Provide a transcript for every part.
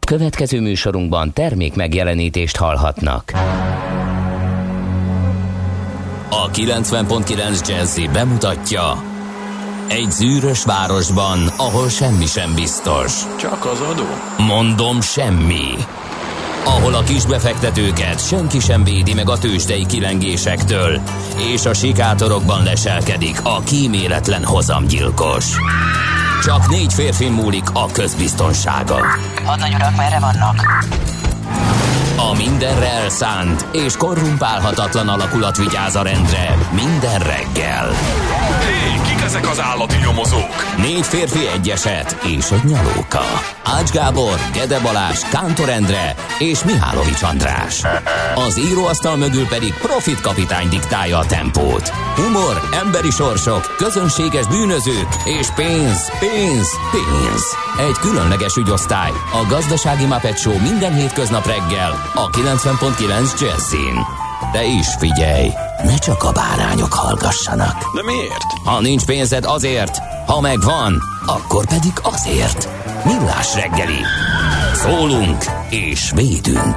Következő műsorunkban termék megjelenítést hallhatnak. A 90.9 Jazzy bemutatja: egy zűrös városban, ahol semmi sem biztos. Csak az adó? Mondom, semmi. Ahol a kisbefektetőket senki sem védi meg a tőzsdei kilengésektől, és a sikátorokban leselkedik a kíméletlen hozamgyilkos. Csak 4 férfin múlik a közbiztonsága. Hadnagy urak, merre vannak? A mindenre elszánt és korrumpálhatatlan alakulat vigyáz a rendre minden reggel. Hé, kik ezek az állati nyomozók? 4 férfi, egy eset és egy nyalóka. Ács Gábor, Gede Balázs, Kántor Endre és Mihálovics András. Az íróasztal mögül pedig Profit kapitány diktálja a tempót. Humor, emberi sorsok, közönséges bűnözők és pénz, pénz, pénz. Egy különleges ügyosztály, a Gazdasági Muppet Show minden hétköznap reggel a 90.9 Jazzin. De is figyelj, ne csak a bárányok hallgassanak. De miért? Ha nincs pénzed, azért, ha megvan, akkor pedig azért. Millás reggeli. Szólunk és védünk.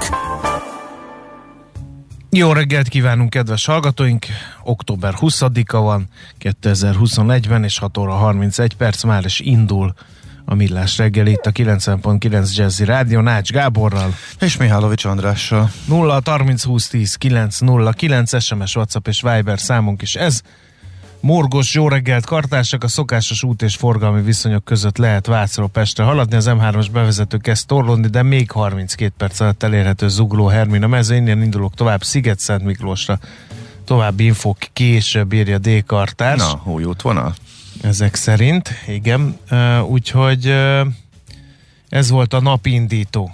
Jó reggelt kívánunk, kedves hallgatóink! Október 20-a van 2021-ben, és 6 óra 31 perc már is indul a Millás reggeli itt a 90.9 Jazzy Rádió Ács Gáborral és Mihálovics Andrással. 0 30 20 10 909 SMS, WhatsApp és Viber számunk is ez. Morgos jó reggelt, kartársak! A szokásos út és forgalmi viszonyok között lehet Vácról Pestre haladni. Az M3-as bevezető kezd torlódni, de még 32 perc alatt elérhető Zugló Hermina mező. Innen indulok tovább Sziget-Szent Miklósra. További infók később, írja D. kartárs. Na, új útvonal? Ezek szerint, igen. Úgyhogy ez volt a napindító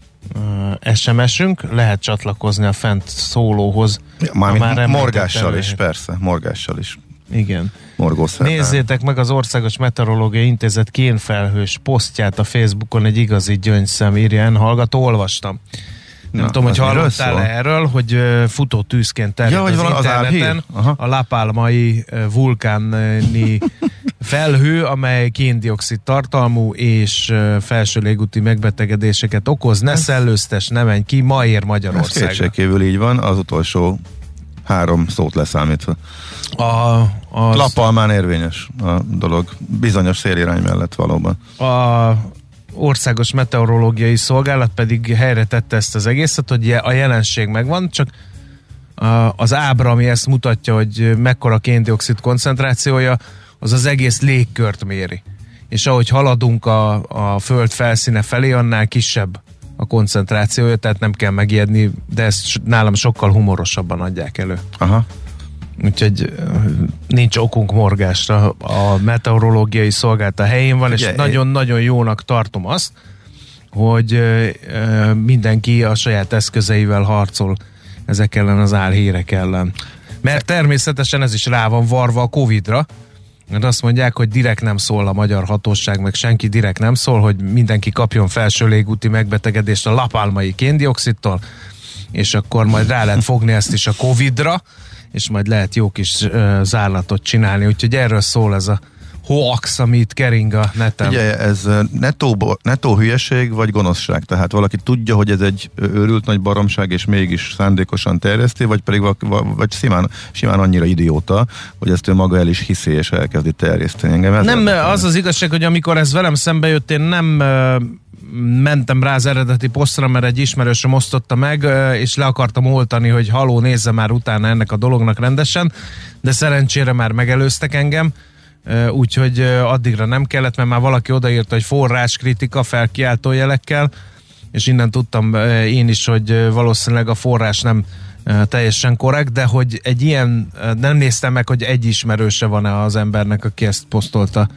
SMS-ünk. Lehet csatlakozni a fent szólóhoz. Mármint morgással is, persze, morgással is. Igen. Morgószerdán. Nézzétek meg az Országos Meteorológiai Intézet kénfelhős posztját a Facebookon, egy igazi gyöngyszem, írja N. hallgató, olvastam. Nem tudom, hogy hallottál erről, hogy futó tűzként terjed az interneten a lápálmai vulkáni felhő, amely kén-dioxid tartalmú és felső légúti megbetegedéseket okoz. Ne szellőztes, ne menj ki, ma ér Magyarországra. Ez kétségkívül így van, az utolsó 3 szót leszámítva. Lapalmán érvényes a dolog, bizonyos szélirány mellett valóban. Országos Meteorológiai Szolgálat pedig helyre tette ezt az egészet, hogy a jelenség megvan, csak az ábra, ami ezt mutatja, hogy mekkora kén-dioxid koncentrációja, az az egész légkört méri. És ahogy haladunk a föld felszíne felé, annál kisebb a koncentrációja, tehát nem kell megijedni, de ezt nálam sokkal humorosabban adják elő. Aha. Úgyhogy nincs okunk morgásra, a meteorológiai szolgálat a helyén van, és nagyon-nagyon jónak tartom azt, hogy mindenki a saját eszközeivel harcol ezek ellen az álhírek ellen. Mert természetesen ez is rá van varva a Covid-ra, mert azt mondják, hogy direkt nem szól a magyar hatóság, meg senki direkt nem szól, hogy mindenki kapjon felső légúti megbetegedést a lapálmai kén-dioxidtól, és akkor majd rá lehet fogni ezt is a Covid-ra, és majd lehet jó kis zárlatot csinálni. Úgyhogy erről szól ez a hoax, ami itt kering a neten. Ugye ez nettó hülyeség vagy gonoszság? Tehát valaki tudja, hogy ez egy őrült nagy baromság, és mégis szándékosan terjeszti, vagy pedig vagy simán annyira idióta, hogy ezt ő maga el is hiszi, és elkezdi terjeszteni. Engem nem, az az igazság, hogy amikor ez velem szembe jött, én nem mentem rá az eredeti posztra, mert egy ismerősöm osztotta meg, és le akartam oltani, hogy haló, nézze már utána ennek a dolognak rendesen, de szerencsére már megelőztek engem, úgyhogy addigra nem kellett, mert már valaki odaírta, hogy forráskritika felkiáltójelekkel, és innen tudtam én is, hogy valószínűleg a forrás nem teljesen korrekt, de hogy egy ilyen, nem néztem meg, hogy egy ismerőse van-e az embernek, aki ezt posztolta,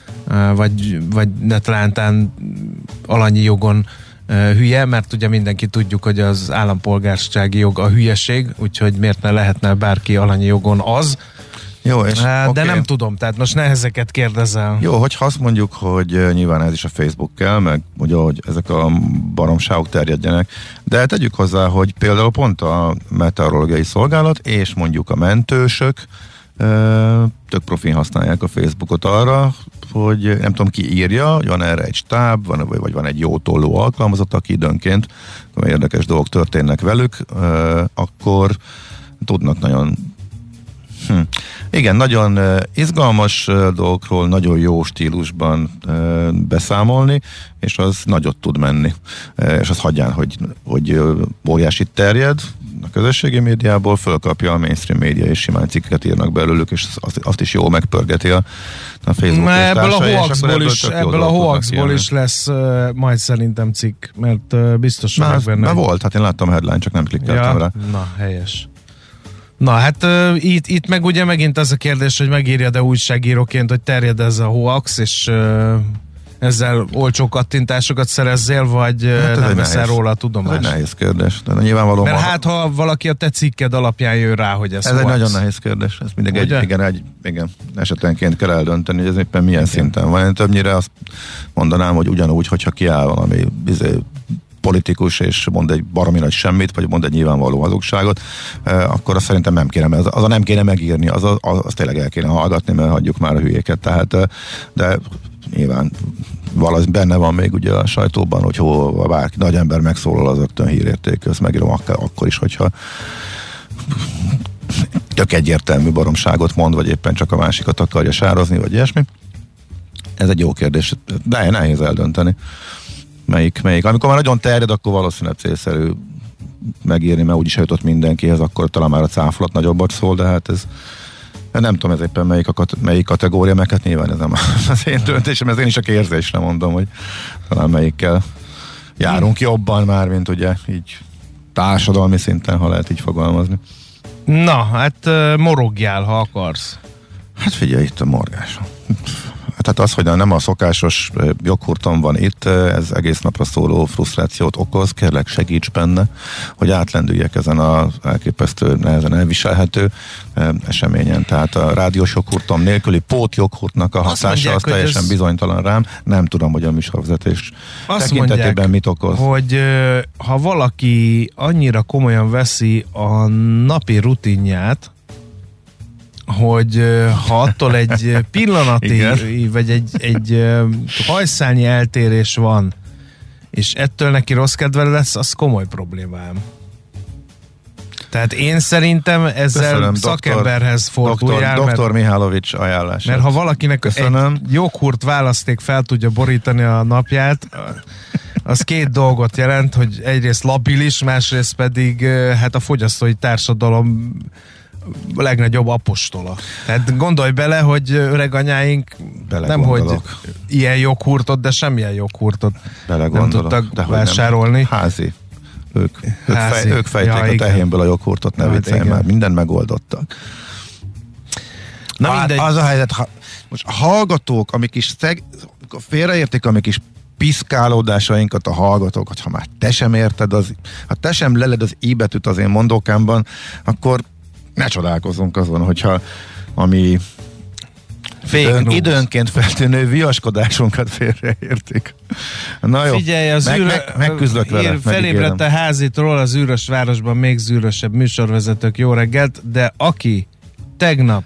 vagy netlántán alanyi jogon hülye, mert ugye mindenki tudjuk, hogy az állampolgársági jog a hülyeség, úgyhogy miért ne lehetne bárki alanyi jogon az. Jó, és de nem tudom, tehát most nehezeket kérdezel. Jó, hogyha azt mondjuk, hogy nyilván ez is a Facebook kell, meg ugye, hogy ezek a baromságok terjedjenek, de tegyük hozzá, hogy például pont a meteorológiai szolgálat és mondjuk a mentősök tök profin használják a Facebookot arra, hogy nem tudom ki írja, hogy van erre egy stáb, vagy van egy jó tolló alkalmazott, aki időnként, amikor érdekes dolgok történnek velük, akkor tudnak nagyon igen, nagyon izgalmas dolgokról, nagyon jó stílusban beszámolni, és az nagyot tud menni. És azt hagyján, hogy óriásit terjed a közösségi médiából, fölkapja a mainstream média, és simán cikkeket írnak belőlük, és azt is jól megpörgeti a Facebook ebből a hoaxból is lesz majd szerintem cikk, mert biztos vagyok benne. Volt, hát én láttam a headline, csak nem klikkeltem rá. Na, helyes. Na, hát itt meg ugye megint az a kérdés, hogy megírja-e újságíróként, hogy terjed ez a hoax, és ezzel olcsó kattintásokat szerezzél, vagy nem veszel róla a tudomást? Ez egy nehéz kérdés. De nyilvánvalóan mert hát, ha valaki a te cikked alapján jön rá, hogy ez hoax. Egy nagyon nehéz kérdés. Ez mindig igen, esetenként kell eldönteni, hogy ez éppen milyen szinten van. Én többnyire azt mondanám, hogy ugyanúgy, hogyha kiáll valami politikus, és mond egy baromi nagy semmit, vagy mond egy nyilvánvaló hazugságot, akkor azt szerintem nem kéne, az nem kéne megírni, az tényleg el kéne hallgatni, mert hagyjuk már a hülyéket. Tehát, de nyilván valahogy benne van még ugye a sajtóban, hogy hol bárki nagy ember megszólal, az rögtön hírértékű, ezt megírom akkor is, hogyha tök egyértelmű baromságot mond, vagy éppen csak a másikat akarja sározni, vagy ilyesmi. Ez egy jó kérdés, de nehéz eldönteni. Melyik. Amikor már nagyon terjed, akkor valószínűleg célszerű megírni, mert úgyis eljutott mindenkihez, akkor talán már a cáfolat nagyobbat szól, de hát ez nem tudom, ez éppen melyik kategória, meg hát nyilván ez nem az én döntésem, ez én is csak érzésre mondom, hogy talán melyikkel járunk jobban már, mint ugye így társadalmi szinten, ha lehet így fogalmazni. Na, hát morogjál, ha akarsz. Hát figyelj, itt a morgás. Tehát az, hogy nem a szokásos joghurtom van itt, ez egész napra szóló frusztrációt okoz, kérlek segíts benne, hogy átlendüljek ezen az elképesztő, nehezen elviselhető eseményen. Tehát a rádiós joghurtom nélküli pót joghurtnak a hatása mondják, az teljesen bizonytalan rám. Nem tudom, hogy a műsorvezetés tekintetében mondják, mit okoz. Hogy ha valaki annyira komolyan veszi a napi rutinját, hogy ha attól egy pillanati, vagy egy hajszálnyi eltérés van, és ettől neki rossz kedve lesz, az komoly problémám. Tehát én szerintem ezzel köszönöm, szakemberhez forduljál. Dr. Mihálovics ajánlását. Mert ha valakinek egy joghurt választék fel tudja borítani a napját, az két dolgot jelent, hogy egyrészt labilis, másrészt pedig hát a fogyasztói társadalom legnagyobb apostola. Tehát gondolj bele, hogy öreganyáink nem hogy ilyen joghurtot, de semmilyen joghurtot nem tudtak vásárolni. Házi. Ők fejték a tehénből a joghurtot, ne viccelj már, mindent megoldottak. Na mindegy. Az a helyzet, most a hallgatók, amik is félreértik, amik is piszkálódásainkat a hallgatók, hogy ha már te sem érted, ha te sem leled az i betűt az én mondókámban, akkor ne csodálkozzunk azon, hogyha ami időnként feltűnő viaskodásunkat félreértik. Na jó, figyelj, megküzdök vele. Felébredt a házitról az Űrös városban még zűrösebb műsorvezetők, jó reggelt, de aki tegnap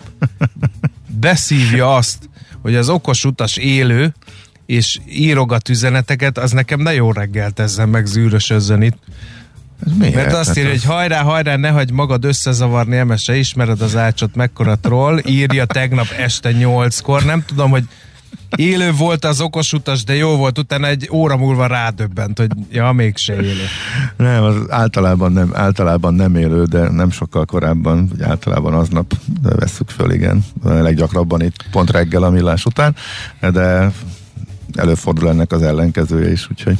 beszívja azt, hogy az okos utas élő, és írogat üzeneteket, az nekem ne jó reggelt ezzel megzűrösözzön itt. Mert azt írja, hogy hajrá, ne hagyd magad összezavarni, Emese, ismered az Ácsot, mekkora troll, írja tegnap este 8-kor, nem tudom, hogy élő volt az okos utas, de jó volt, utána egy óra múlva rádöbbent, hogy ja, mégse élő. Nem, az általában nem élő, de nem sokkal korábban, vagy általában aznap vesszük föl, igen, leggyakrabban itt pont reggel a millás után, de előfordul ennek az ellenkezője is, úgyhogy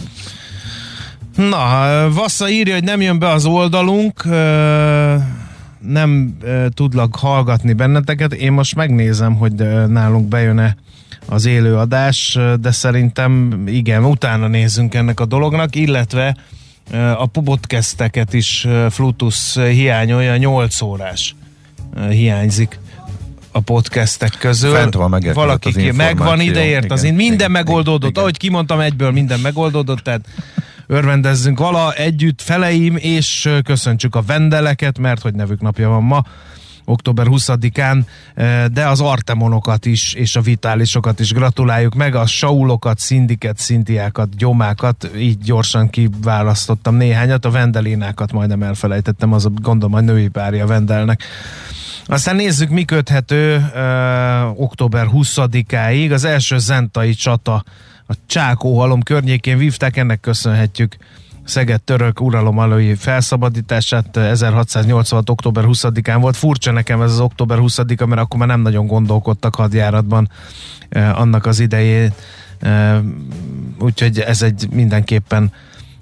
na, Vassza írja, hogy nem jön be az oldalunk, nem tudlak hallgatni benneteket. Én most megnézem, hogy nálunk bejön-e az élőadás, de szerintem igen, utána nézzünk ennek a dolognak, illetve a podcasteket is Flutus hiányolja, 8 órás hiányzik a podcastek közül. Fent van, valaki megvan, ideért, az minden megoldódott, ahogy kimondtam, egyből minden megoldódott, tehát örvendezzünk vala együtt, feleim, és köszöntsük a vendeleket, mert hogy nevük napja van ma. október 20-án, de az Artemonokat is, és a Vitálisokat is gratuláljuk meg, a Saulokat, Szindiket, Szintiákat, Gyomákat, így gyorsan kiválasztottam néhányat, a Vendelinákat majdnem elfelejtettem, az gondolom a női párja Vendelnek. Aztán nézzük, mi köthető október 20-áig. Az első zentai csata a Csákóhalom környékén vívták, ennek köszönhetjük Szeged török uralom alói felszabadítását. 1686. október 20-án volt. Furcsa nekem ez az október 20-a, mert akkor már nem nagyon gondolkodtak hadjáratban annak az úgyhogy ez egy mindenképpen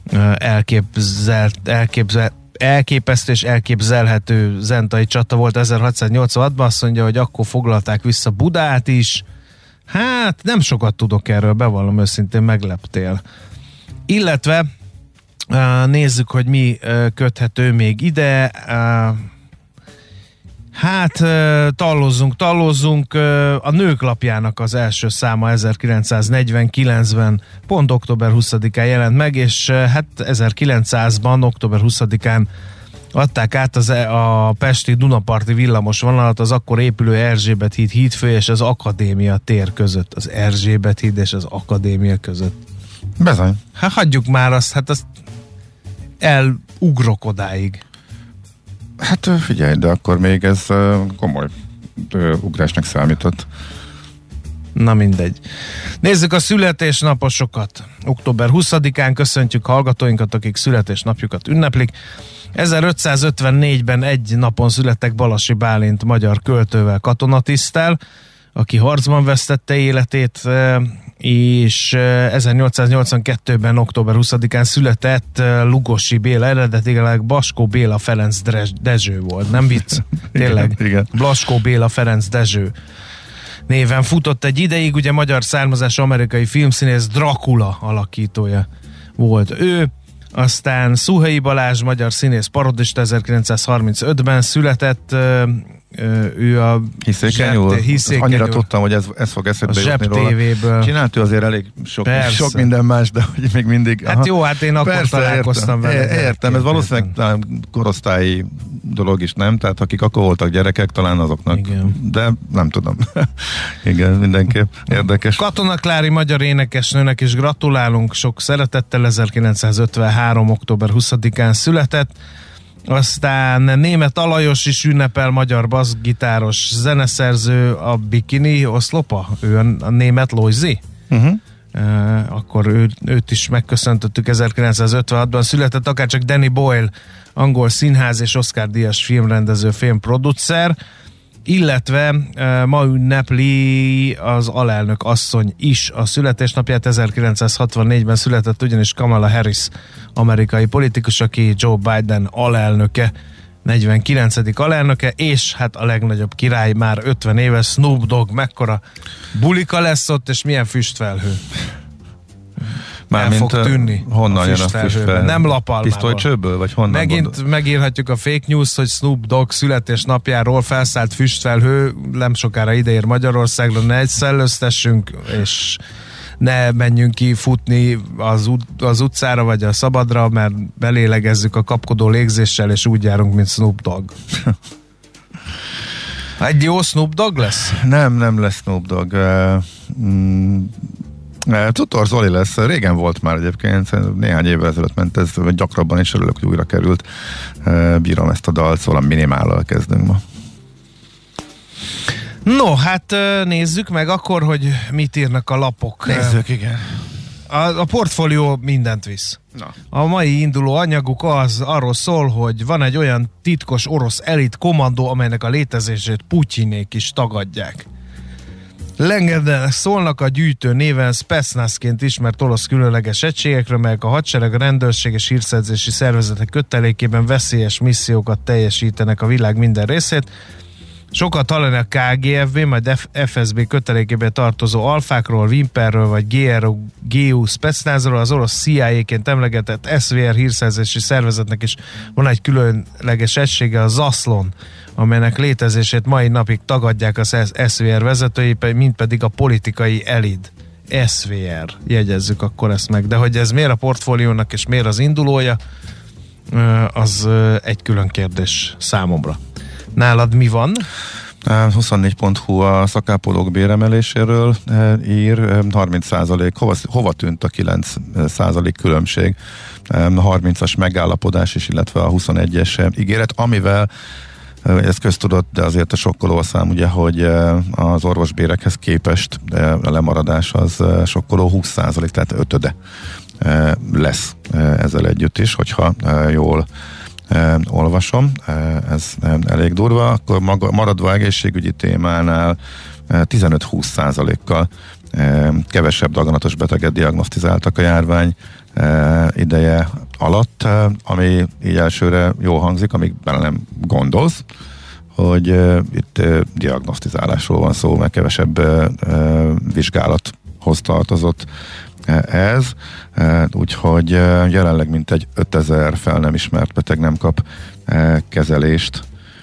elképesztő és elképzelhető zentai csata volt 1686-ban. Azt mondja, hogy akkor foglalták vissza Budát is. Hát nem sokat tudok erről, bevallom őszintén, megleptél. Illetve nézzük, hogy mi köthető még ide. Hát tallozzunk. A Nők lapjának az első száma 1949-ben pont október 20-án jelent meg, és hát 1900-ban október 20-án adták át a pesti Dunaparti villamos vonalat az akkor épülő Erzsébet híd hídfő és az Akadémia tér között. Az Erzsébet híd és az Akadémia között. Bizony. Hát hagyjuk már azt elugrok odáig. Hát figyelj, de akkor még ez komoly ugrásnak számított. Na mindegy. Nézzük a születésnaposokat. Október 20-án köszöntjük hallgatóinkat, akik születésnapjukat ünneplik. 1554-ben egy napon születtek Balasi Bálint magyar költővel, katonatiszttel, aki harcban vesztette életét, és 1882-ben október 20-án született Lugosi Béla, eredetileg Blaskó Béla Ferenc Dezső volt, nem vicc? Tényleg. Igen. Blaskó Béla Ferenc Dezső néven futott egy ideig, ugye magyar származású amerikai filmszínész, Dracula alakítója volt ő. Aztán Szuhai Balázs, magyar színész, parodista, 1935-ben született, ő a Hiszékenyúl. Annyira tudtam, hogy ez fog eszedbe jutni róla. TV-ből. Csinált ő azért elég sok minden más, de hogy még mindig... Hát jó, hát én akkor persze, találkoztam vele. Értem, ez valószínűleg korosztályi dolog is, nem? Tehát akik akkor voltak gyerekek, talán azoknak. Igen. De nem tudom. Igen, mindenképp érdekes. Katona Klári magyar énekesnőnek is gratulálunk, sok szeretettel, 1953. október 20-án született. Aztán Németh Alajos is ünnepel, magyar basszgitáros, zeneszerző, a Bikini oszlopa, ő a Németh Lojzi. Akkor őt is megköszöntöttük, 1956-ban született, akárcsak Danny Boyle, angol színház és Oscar-díjas filmrendező, filmproducer, illetve ma ünnepli az alelnök asszony is a születésnapját. 1964-ben született ugyanis Kamala Harris, amerikai politikus, aki Joe Biden alelnöke, 49. alelnöke, és hát a legnagyobb király, már 50 éves, Snoop Dogg. Mekkora bulika lesz ott, és milyen füstfelhő. El fog tűnni. Honnan jön a füstfelhő? Nem lapalmával. Pisztolycsőből, vagy honnan? Megint megírhatjuk a fake news, hogy Snoop Dogg születésnapjáról felszállt füstfelhő, nem sokára ideér Magyarországra, ne szellőztessünk, és ne menjünk ki futni az utcára, vagy a szabadra, mert belélegezzük a kapkodó légzéssel, és úgy járunk, mint Snoop Dogg. Egy jó Snoop Dogg lesz? Nem lesz Snoop Dogg. Tutor Zoli lesz, régen volt már egyébként, néhány évvel ezelőtt ment ez, vagy gyakrabban is örülök, hogy újra került. Bírom ezt a dalt, szóval minimállal kezdünk ma. No, hát nézzük meg akkor, hogy mit írnak a lapok. Nézzük, igen. A portfólió mindent visz. Na. A mai induló anyaguk arról szól, hogy van egy olyan titkos orosz elit kommandó, amelynek a létezését Putyinék is tagadják. Lengedenek szólnak a gyűjtő néven Spetsnazként ismert orosz különleges egységekről, melyek a hadsereg, a rendőrség és hírszerzési szervezetek kötelékében veszélyes missziókat teljesítenek a világ minden részét. Sokat hallani a KGFB, majd FSB kötelékében tartozó alfákról, Vimperről vagy GRU Spetsnazról, az orosz CIA-ként emlegetett SVR hírszerzési szervezetnek is van egy különleges egysége, a Zaslon, amelynek létezését mai napig tagadják az SVR vezetői, mint pedig a politikai elit. SVR, jegyezzük akkor ezt meg. De hogy ez miért a portfóliónak és miért az indulója, az egy külön kérdés számomra. Nálad mi van? 24.hu a szakápolók béremeléséről ír, 30%, hova tűnt a 9% különbség, 30-as megállapodás is, illetve a 21-es ígéret, amivel ez köztudott, de azért a sokkoló a szám, ugye, hogy az orvosbérekhez képest a lemaradás az sokkoló 20%, tehát ötöde lesz ezzel együtt is, hogyha jól olvasom, ez elég durva, akkor maradva egészségügyi témánál 15-20%-kal kevesebb daganatos beteget diagnosztizáltak a járvány ideje alatt, ami így elsőre jól hangzik, amíg bele nem gondolsz, hogy itt diagnosztizálásról van szó, mert kevesebb vizsgálathoz tartozott ez, úgyhogy jelenleg mintegy 5000 fel nem ismert beteg nem kap kezelést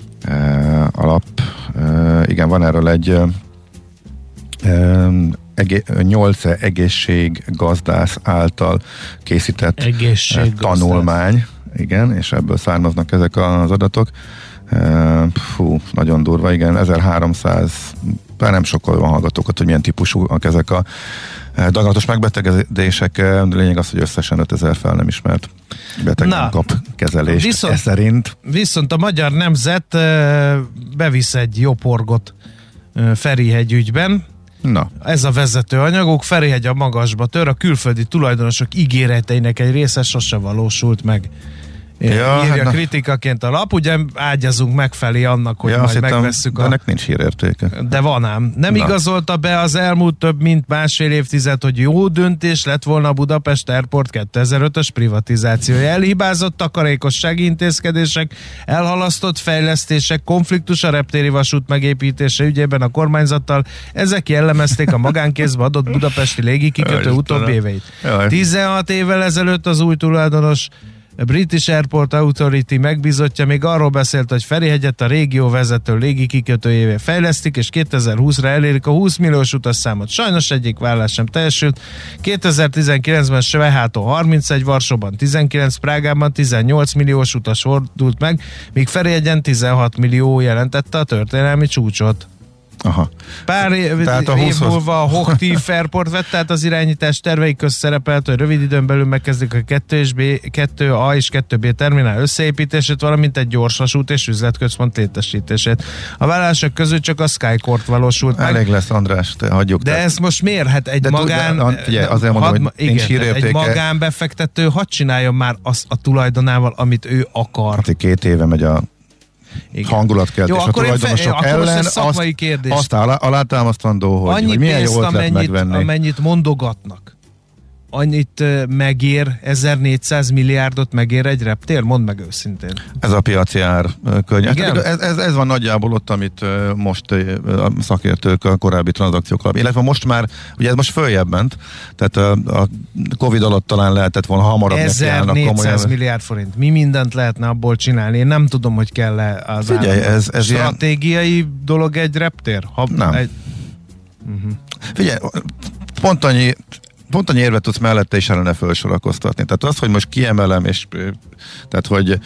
igen, van erről egy 8 egészséggazdász által készített tanulmány, igen, és ebből származnak ezek az adatok. Nagyon durva, igen, 1300, bár nem sokkal van hallgatókat, hogy milyen típusúak ezek a daganatos megbetegedések, de lényeg az, hogy összesen 5000 fel nem ismert beteg nem kap kezelést szerint. Viszont a Magyar Nemzet bevisz egy joporgot Ferihegy ügyben. Na. Ez a vezető anyagok, Ferihegy a magasba tör, a külföldi tulajdonosok ígéreteinek egy része sose valósult meg. Írja kritikaként a lap, ugye ágyazunk megfelé annak, hogy majd megvesszük ennek nincs hírértéke. De van ám. Nem igazolta be az elmúlt több mint másfél évtized, hogy jó döntés lett volna a Budapest Airport 2005-ös privatizációja. Elhibázott takarékossági intézkedések, elhalasztott fejlesztések, konfliktus a reptéri vasút megépítése ügyében a kormányzattal, ezek jellemezték a magánkézbe adott budapesti légikikötő utóbbi éveit. 16 évvel ezelőtt az új tulajdonos a British Airport Authority megbízottja még arról beszélt, hogy Ferihegyet a régió vezető légikikötőjévé fejlesztik, és 2020-ra elérik a 20 milliós utasszámot. Sajnos egyik vállás sem teljesült. 2019-ben Svehától 31, Varsóban 19, Prágában 18 milliós utas fordult meg, míg Ferihegyen 16 millió jelentette a történelmi csúcsot. Aha. Pár év múlva a Hochtief Airport vett át az irányítás, terveik közt szerepelt, hogy rövid időn belül megkezdik a 2A és 2B terminál összeépítését, valamint egy gyorsvasút és üzletközpont létesítését. A vállalások közül csak a Skycourt valósult meg. Elég lesz, András, hagyjuk. De ez most miért? Hát egy egy magánbefektető hadd csináljon már azt a tulajdonával, amit ő akar. Hát 2 éve megy a hangulatkeltés a tulajdonosok ellen, azt alátámasztandó, hogy milyen jó ötlet megvenni. Amennyit mondogatnak, annyit megér, 1400 milliárdot megér egy reptér? Mondd meg őszintén. Ez a piaci ár környezet. Ez van nagyjából ott, amit most a szakértők a korábbi tranzakciók alapján, illetve most már, ugye ez most följebb ment, tehát a Covid alatt talán lehetett volna hamarabb 1400 milliárd forint. Mi mindent lehetne abból csinálni? Én nem tudom, hogy kell-e az ez stratégiai dolog egy reptér? Nem. Figyelj, pont annyi érvet tudsz mellette is ellene felsorakoztatni. Tehát az, hogy most kiemelem, és tehát, hogy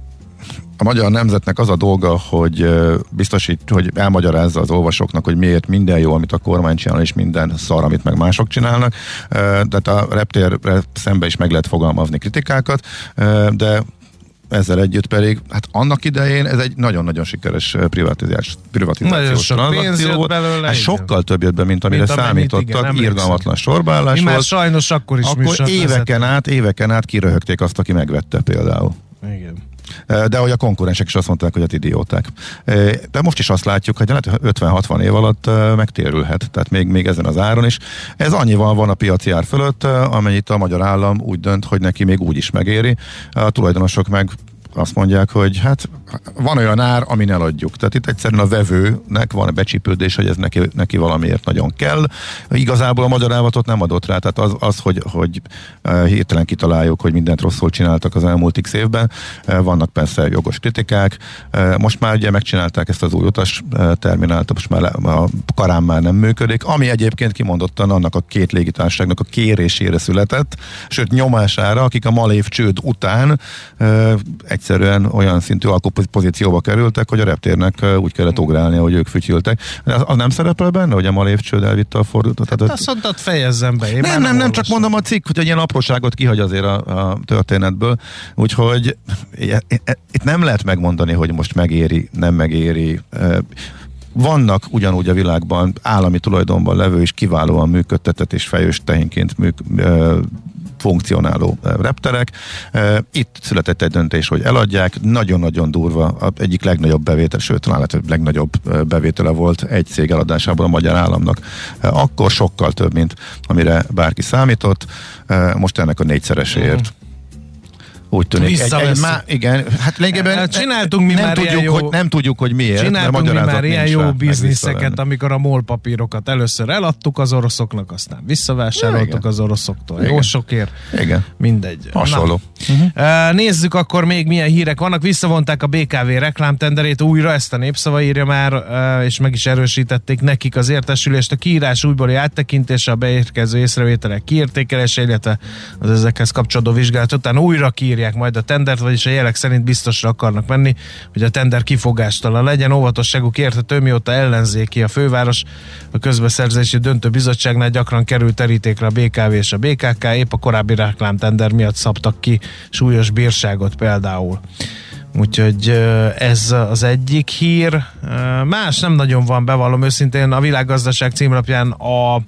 a Magyar Nemzetnek az a dolga, hogy biztosít, hogy elmagyarázza az olvasóknak, hogy miért minden jó, amit a kormány csinál, és minden szar, amit meg mások csinálnak. Tehát a reptérre szembe is meg lehet fogalmazni kritikákat, de ezzel együtt pedig, hát annak idején ez egy nagyon-nagyon sikeres privatizációs tranzakció volt. Hát sokkal több jött be, mint amire számítottak, irgalmatlan sorbaállás volt. Sajnos akkor is éveken át kiröhögték azt, aki megvette például. Igen. De hogy a konkurensek is azt mondták, hogy idióták. De most is azt látjuk, hogy 50-60 év alatt megtérülhet, tehát még ezen az áron is. Ez annyival van a piaci ár fölött, amennyit a magyar állam úgy dönt, hogy neki még úgy is megéri. A tulajdonosok meg azt mondják, hogy hát van olyan ár, amin eladjuk. Tehát itt egyszerűen a vevőnek van a becsípődés, hogy ez neki valamiért nagyon kell. Igazából a magyar állatot nem adott rá, tehát az hogy hirtelen kitaláljuk, hogy mindent rosszul csináltak az elmúlt x évben. Vannak persze jogos kritikák. Most már ugye megcsinálták ezt az új utas terminált, most már a Karán már nem működik, ami egyébként kimondottan annak a 2 légitársaságnak a kérésére született, sőt nyomására, akik a Malév csőd után egyszerűen olyan szintű pozícióba kerültek, hogy a reptérnek úgy kellett ugrálni, hogy ők fütyültek. Az nem szerepel benne, hogy a lépcsőd elvitte a fordulatot? Hát azt mondtad, fejezzem be. Nem, csak mondom a cikk, hogy egy ilyen apróságot kihagy azért a történetből. Úgyhogy itt nem lehet megmondani, hogy most megéri, nem megéri. Vannak ugyanúgy a világban állami tulajdonban levő és kiválóan működtetett és fejős tehénként funkcionáló repterek. Itt született egy döntés, hogy eladják. Nagyon-nagyon durva, egyik legnagyobb bevétel, sőt, talán lehet, hogy legnagyobb bevétele volt egy cég eladásából a magyar államnak. Akkor sokkal több, mint amire bárki számított. Most ennek a 4-szereséért. Úgy tűnik. Igen, hát lényegében csináltunk mi már nem tudjuk, hogy miért. Csináltunk mi már ilyen jó bizniszeket, amikor a MOL papírokat először eladtuk az oroszoknak, aztán visszavásároltuk az oroszoktól. Jó sokért. Igen. Mindegy. Hasonló. Nézzük akkor még milyen hírek vannak. Visszavonták a BKV reklámtenderét újra, ezt a Népszava írja már, és meg is erősítették nekik az értesülést. A kiírás újbóli áttekintése, a beérkező észrevételek kiértékelése, illetve az ezekhez kapcsolódó vizsgálat után újra kiírják majd a tendert, vagyis a jelek szerint biztosra akarnak menni, hogy a tender kifogástalan legyen. Óvatosságuk érthető, mióta ellenzéki a főváros, a közbeszerzési döntő bizottságnál gyakran került terítékre a BKV és a BKK, épp a korábbi reklámtender miatt szabtak ki súlyos bírságot például. Úgyhogy ez az egyik hír. Más nem nagyon van, bevallom őszintén. A Világgazdaság címlapján a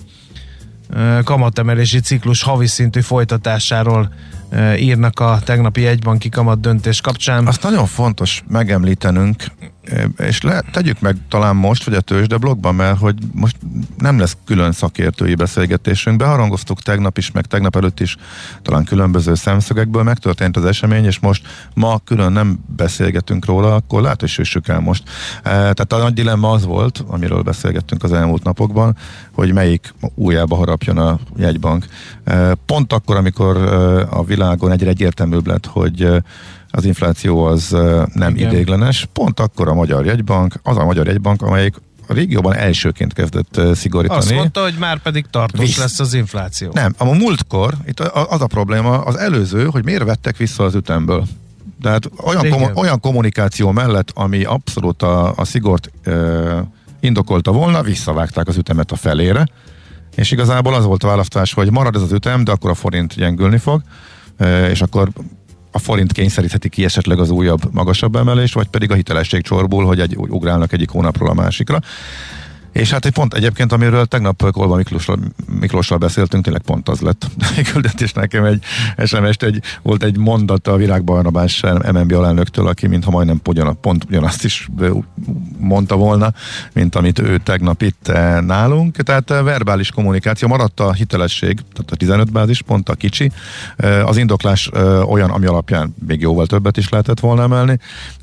kamatemelési ciklus havi szintű folytatásáról írnak a tegnapi jegybanki kamat döntés kapcsán. Azt nagyon fontos megemlítenünk, és tegyük meg talán most, vagy a tőzsdeblogban, mert hogy most nem lesz külön szakértői beszélgetésünk. Beharangoztuk tegnap is, meg tegnap előtt is talán különböző szemszögekből megtörtént az esemény, és most ma külön nem beszélgetünk róla, akkor lehet, hogy süssük el most. Tehát a nagy dilemma az volt, amiről beszélgettünk az elmúlt napokban, hogy melyik ujjába harapjon a jegybank. Pont akkor, amikor a világon egyre egyértelműbb lett, hogy az infláció az nem ideiglenes. Pont akkor a Magyar Jegybank, amelyik a régióban elsőként kezdett szigorítani. Azt mondta, hogy már pedig tartós lesz az infláció. Nem, a múltkor, itt az a probléma, az előző, hogy miért vettek vissza az ütemből. Tehát olyan kommunikáció mellett, ami abszolút a szigort indokolta volna, visszavágták az ütemet a felére, és igazából az volt a választás, hogy marad ez az ütem, de akkor a forint gyengülni fog, és akkor a forint kényszerítheti ki esetleg az újabb, magasabb emelést, vagy pedig a hitelesség csorbul, hogy ugrálnak egyik hónapról a másikra. És hát egy pont egyébként, amiről tegnap Kolba Miklóssal beszéltünk, tényleg pont az lett. Küldött is nekem egy SMS-t, volt egy mondata a Virág Barnabás MNB alelnöktől, aki mintha majdnem pont ugyanazt is mondta volna, mint amit ő tegnap itt nálunk. Tehát verbális kommunikáció, maradt a hitelesség, tehát a 15 bázispont, a kicsi. Az indoklás olyan, ami alapján még jóval többet is lehetett volna emelni,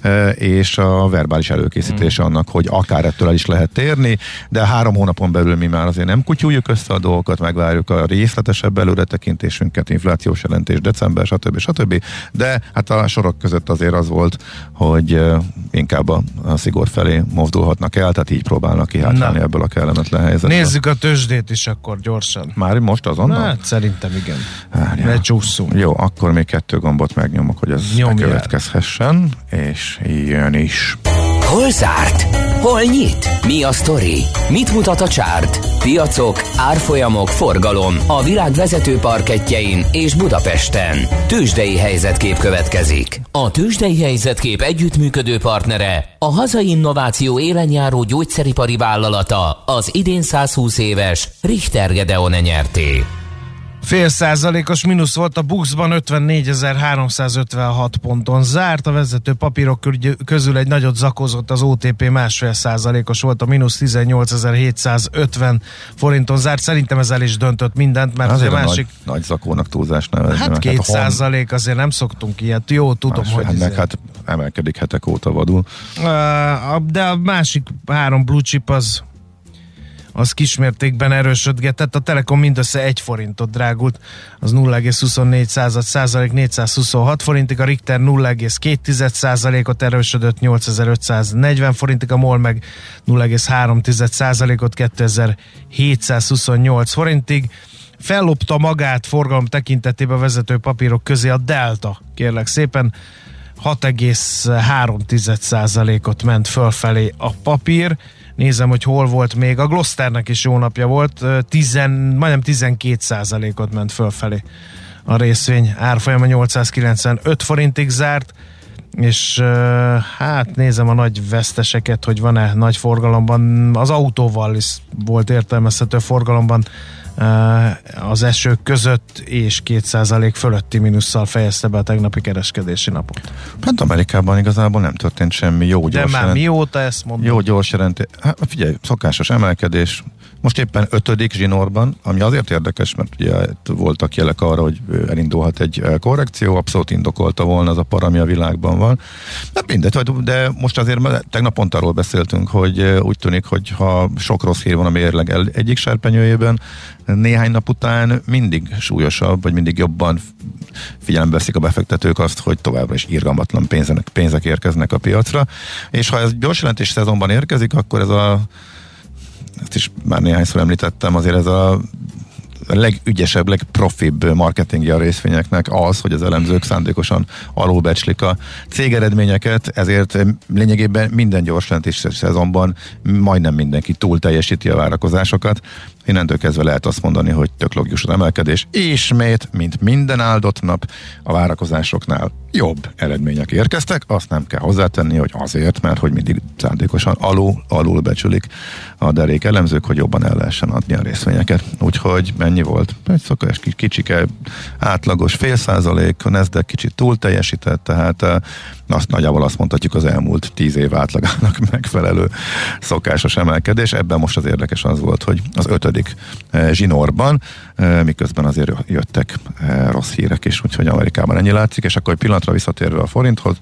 és a verbális előkészítése annak, hogy akár ettől el is lehet térni, de 3 hónapon belül mi már azért nem kutyuljuk össze a dolgokat, megvárjuk a részletesebb előretekintésünket, inflációs jelentés december, stb. De hát a sorok között azért az volt, hogy inkább a szigor felé mozdulhatnak el, tehát így próbálnak kihátrálni ebből a kellemetlen helyzetből. Nézzük a tőzsdét is akkor gyorsan. Már most azonnal? Hát szerintem igen. Lecsúszunk. Jó, akkor még 2 gombot megnyomok, hogy ez bekövetkezhessen, és jön is. Hol zárt? Hol nyit? Mi a sztori? Mit mutat a csárt? Piacok, árfolyamok, forgalom a világ vezető parkettjein és Budapesten. Tőzsdei helyzetkép következik. A Tőzsdei helyzetkép együttműködő partnere a hazai innováció élenjáró gyógyszeripari vállalata, az idén 120 éves Richter Gedeon nyerté. 0,5%-os mínusz volt a BUX-ban, 54.356 ponton zárt. A vezető papírok közül egy nagyot zakozott az OTP, 1,5%-os volt, a mínusz 18.750 forinton zárt. Szerintem ezzel is döntött mindent, mert azért a másik... Nagy zakónak túlzás nevezni. Hát 2%, azért nem szoktunk ilyet. Jó, tudom, hogy... Hát emelkedik hetek óta vadul. De a másik 3 blue chip az kismértékben erősödgetett, a Telekom mindössze 1 forintot drágult, az 0,24%, 426 forintig, a Richter 0,2%-ot erősödött, 8540 forintig, a MOL meg 0,3%-ot, 2728 forintig. Fellopta magát forgalom tekintetében vezető papírok közé a Delta, kérlek szépen, 6,3%-ot ment fölfelé a papír. Nézem, hogy hol volt még. A Glosternek is jó napja volt, majdnem 12%-ot ment fölfelé a részvény. Árfolyama 895 forintig zárt, és hát nézem a nagy veszteseket, hogy van-e nagy forgalomban. Az autóval is volt értelmezhető forgalomban az esők között, és 2% fölötti mínusszal fejezte be a tegnapi kereskedési napot. Hát Amerikában igazából nem történt semmi jó gyors. De már mióta ezt mondom? Jó gyors jelentés. Hát figyelj, szokásos emelkedés. Most éppen 5. zsinórban, ami azért érdekes, mert ugye voltak jelek arra, hogy elindulhat egy korrekció, abszolút indokolta volna az a par, ami a világban van. De mindegy, de most azért tegnap pont arról beszéltünk, hogy úgy tűnik, hogy ha sok rossz hír van a mérleg egyik serpenyőjében, néhány nap után mindig súlyosabb, vagy mindig jobban figyelembe veszik a befektetők azt, hogy továbbra is irgalmatlan pénzek érkeznek a piacra, és ha ez gyors jelentés szezonban érkezik, akkor ezt is már néhányszor említettem, azért ez a legügyesebb, legprofibb marketingje a részvényeknek az, hogy az elemzők szándékosan alulbecslik a cégeredményeket, ezért lényegében minden gyors jelentés szezonban majdnem mindenki túl teljesíti a várakozásokat. Innentől kezdve lehet azt mondani, hogy tök logikus az emelkedés. Ismét, mint minden áldott nap, a várakozásoknál jobb eredmények érkeztek, azt nem kell hozzátenni, hogy azért, mert hogy mindig szándékosan alulbecsülik a derék elemzők, hogy jobban el lehessen adni a részvényeket. Úgyhogy mennyi volt? Egy szokás kicsike, átlagos 0,5%, a Nasdaq kicsit túl teljesített, tehát nagyjából azt mondhatjuk az elmúlt 10 év átlagának megfelelő szokásos emelkedés. Ebben most az érdekes az volt, hogy az 5. zsinórban, miközben azért jöttek rossz hírek is, úgyhogy Amerikában ennyi látszik, és akkor egy pillanatra visszatérve a forinthoz,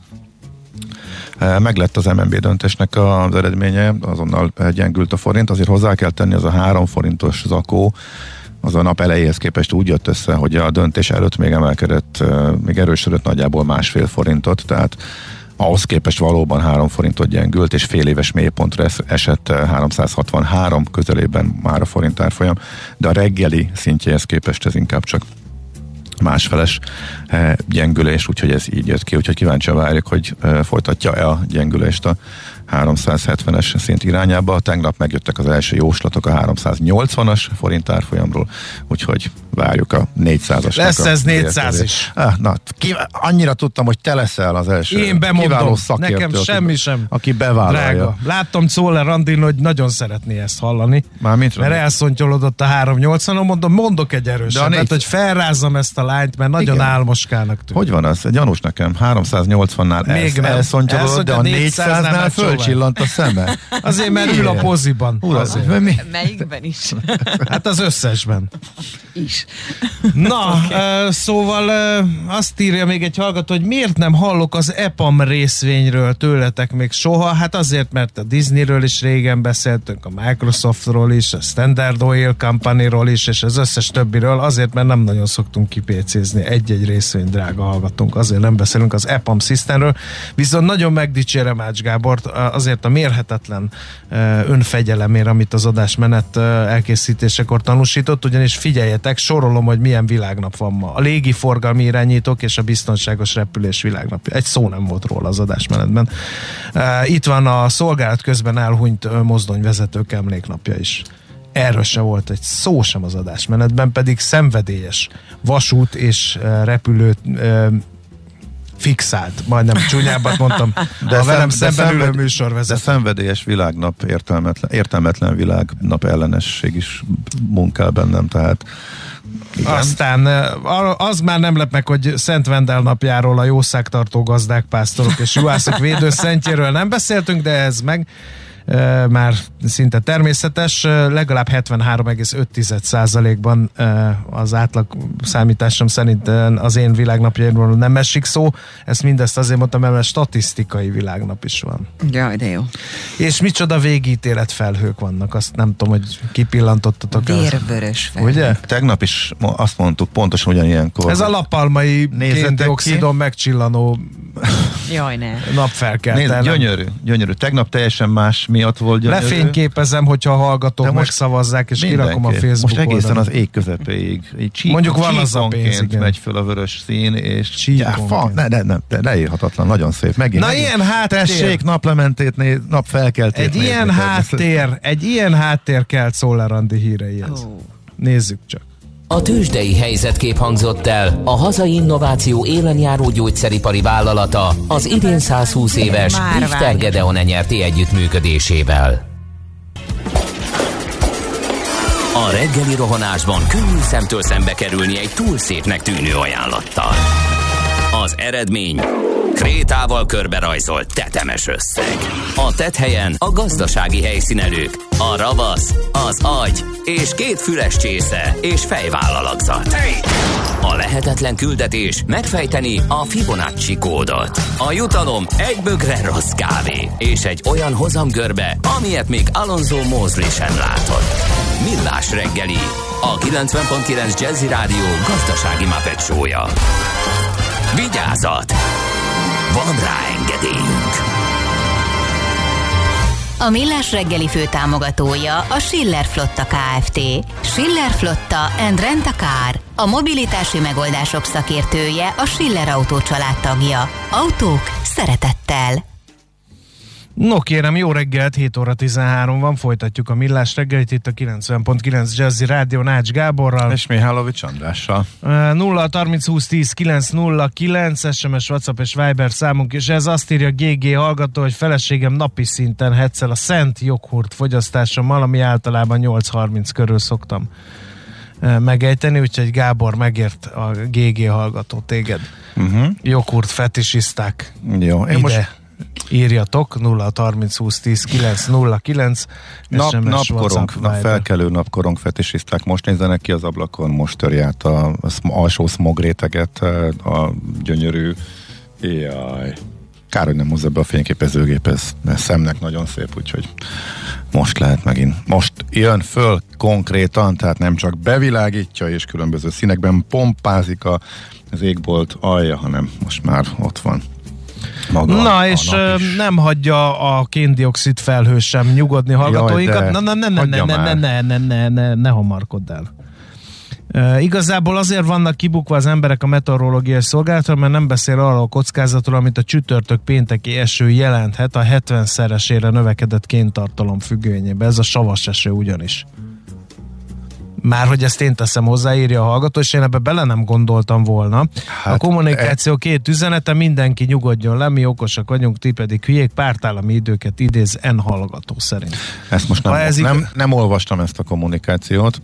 meglett az MNB döntésnek az eredménye, azonnal gyengült a forint, azért hozzá kell tenni, az a 3 forintos zakó, az a nap elejéhez képest úgy jött össze, hogy a döntés előtt még emelkedett, még erősödött nagyjából 1,5 forintot, tehát ahhoz képest valóban 3 forintot gyengült, és fél éves mélypontra esett 363 közelében már a forint árfolyam, de a reggeli szintjéhez képest ez inkább csak másfeles gyengülés, úgyhogy ez így jött ki, úgyhogy kíváncsian várjuk, hogy folytatja-e a gyengülést a 370-es szint irányába. Tegnap megjöttek az első jóslatok a 380-as forint árfolyamról, úgyhogy várjuk a 400-as. Lesz ez 400 is. Annyira tudtam, hogy te leszel az első. Én bemondom, nekem semmi sem aki bevállalja. Drága. Láttam Czoller Andin, hogy nagyon szeretné ezt hallani. Mert elszontyolodott a 380-on, mondok egy erősebbet, hogy felrázzam ezt a lányt, mert nagyon álmoskának tűnik. Hogy van az? Gyanús nekem. 380-nál elszontyolodott, de a 400-nál fölcsillant a szeme. Azért, mert ül a poziban. Melyikben is? Hát az összesben. Is. Na, szóval azt írja még egy hallgató, hogy miért nem hallok az EPAM részvényről tőletek még soha? Hát azért, mert a Disneyről is régen beszéltünk, a Microsoftról is, a Standard Oil Companyról is, és az összes többiről, azért, mert nem nagyon szoktunk kipécézni egy-egy részvény, drága hallgatónk, azért nem beszélünk az EPAM Systemről, viszont nagyon megdicsérem Ács Gábort azért a mérhetetlen önfegyelemért, amit az adásmenet elkészítésekor tanúsított, ugyanis figyeljetek, sorolom, hogy milyen világnap van ma. A légiforgalmi irányítók és a biztonságos repülés világnapja. Egy szó nem volt róla az adásmenetben. Itt van a szolgálat közben elhunyt mozdonyvezetők emléknapja is. Erről se volt egy szó sem az adásmenetben, pedig szenvedélyes vasút és repülő fixált, majdnem csúnyábbat mondtam, de a velem szemben ülő műsorvezető. De szenvedélyes világnap, értelmetlen világnap ellenesség is munkál bennem, tehát igen. Aztán az már nem lep meg, hogy Szent Vendel napjáról, a jószágtartó gazdák, pásztorok és juhászok védőszentjéről nem beszéltünk, de ez meg már szinte természetes, legalább 73,5%-ban az átlag számításom szerint az én világnapjaimról nem esik szó. Ezt mindezt azért mondtam, mert statisztikai világnap is van. Jaj, de jó. És micsoda végítélet felhők vannak, azt nem tudom, hogy kipillantottatok. Vérvörös felhők. Ugye? Tegnap is azt mondtuk, pontosan ugyanilyenkor. Ez a lapalmai kén-dioxidon megcsillanó Jaj, ne. napfelkeltel. Nézd, gyönyörű. Tegnap teljesen más miatt volt gyönyörű. Lefényképezem, hogyha a hallgatók megszavazzák, és kirakom a Facebook most egészen oldalon. az ég közepéig. Mondjuk van az a pénz, igen. megy föl a vörös szín, és leírhatatlan, nagyon szép. Megint. Ilyen háttér. Tessék, naplementét, napfelkeltét. Egy ilyen háttér kelt Szoller Andi híreihez. Nézzük csak. A tőzsdei helyzetkép hangzott el a hazai innováció élenjáró gyógyszeripari vállalata az idén 120 éves Richter Gedeon nyerti együttműködésével. A reggeli rohanásban könnyű szemtől szembe kerülni egy túl szépnek tűnő ajánlattal. Az eredmény krétával körberajzolt tetemes összeg. A tetthelyen a gazdasági helyszínelők, a ravasz, az agy és 2 füles csésze és fejvállalakzat. A lehetetlen küldetés megfejteni a Fibonacci kódot. A jutalom egy bögre rossz kávé és egy olyan hozamgörbe, amilyet még Alonso Mosley sem látott. Millás reggeli, a 90.9 Jazzy Rádió gazdasági Muppet show-ja. Vigyázat! Van rá engedélyünk! A Millás reggeli főtámogatója a Schiller Flotta Kft. Schiller Flotta and Rent a Car. A mobilitási megoldások szakértője, a Schiller Autó családtagja. Autók szeretettel. No kérem, jó reggelt, 7 óra 13 van, folytatjuk a Millás reggelit itt a 90.9 Jazzy Rádió Ács Gáborral. És Mihálovics Andrással. 0 30 20 10 909 SMS, WhatsApp és Viber számunk, és ez azt írja GG hallgató, hogy feleségem napi szinten hetszel a szent joghurt fogyasztásommal, ami általában 8.30 körül szoktam megejteni, úgyhogy Gábor, megért a GG hallgató téged. Joghurt fetisiszták. Jó, én most írjatok 0 30 20 10 909 napkorong, felkelő napkorong fetisiszták most nézzenek ki az ablakon, most törj át az alsó smog réteget, a gyönyörű kár, hogy nem hozza be a fényképezőgép, ez szemnek nagyon szép, úgyhogy most lehet megint. Most jön föl konkrétan, tehát nem csak bevilágítja és különböző színekben pompázik az égbolt alja, hanem most már ott van. Maga na, és nem hagyja a kén-dioxid felhő sem nyugodni hallgatóinkat. Ne hamarkodd el. Igazából azért vannak kibukva az emberek a meteorológiai szolgálatra, mert nem beszél arról a kockázatról, amit a csütörtök pénteki eső jelenthet a 70-szeresére növekedett kéntartalom függvényében. Ez a savas eső ugyanis. Már hogy ezt én teszem hozzá, írja a hallgató, és én ebbe bele nem gondoltam volna. Hát, a kommunikáció két üzenete, mindenki nyugodjon le, mi okosak vagyunk, ti pedig hülyék, pártállami időket idéz N hallgató szerint. Ezt most nem olvastam ezt a kommunikációt.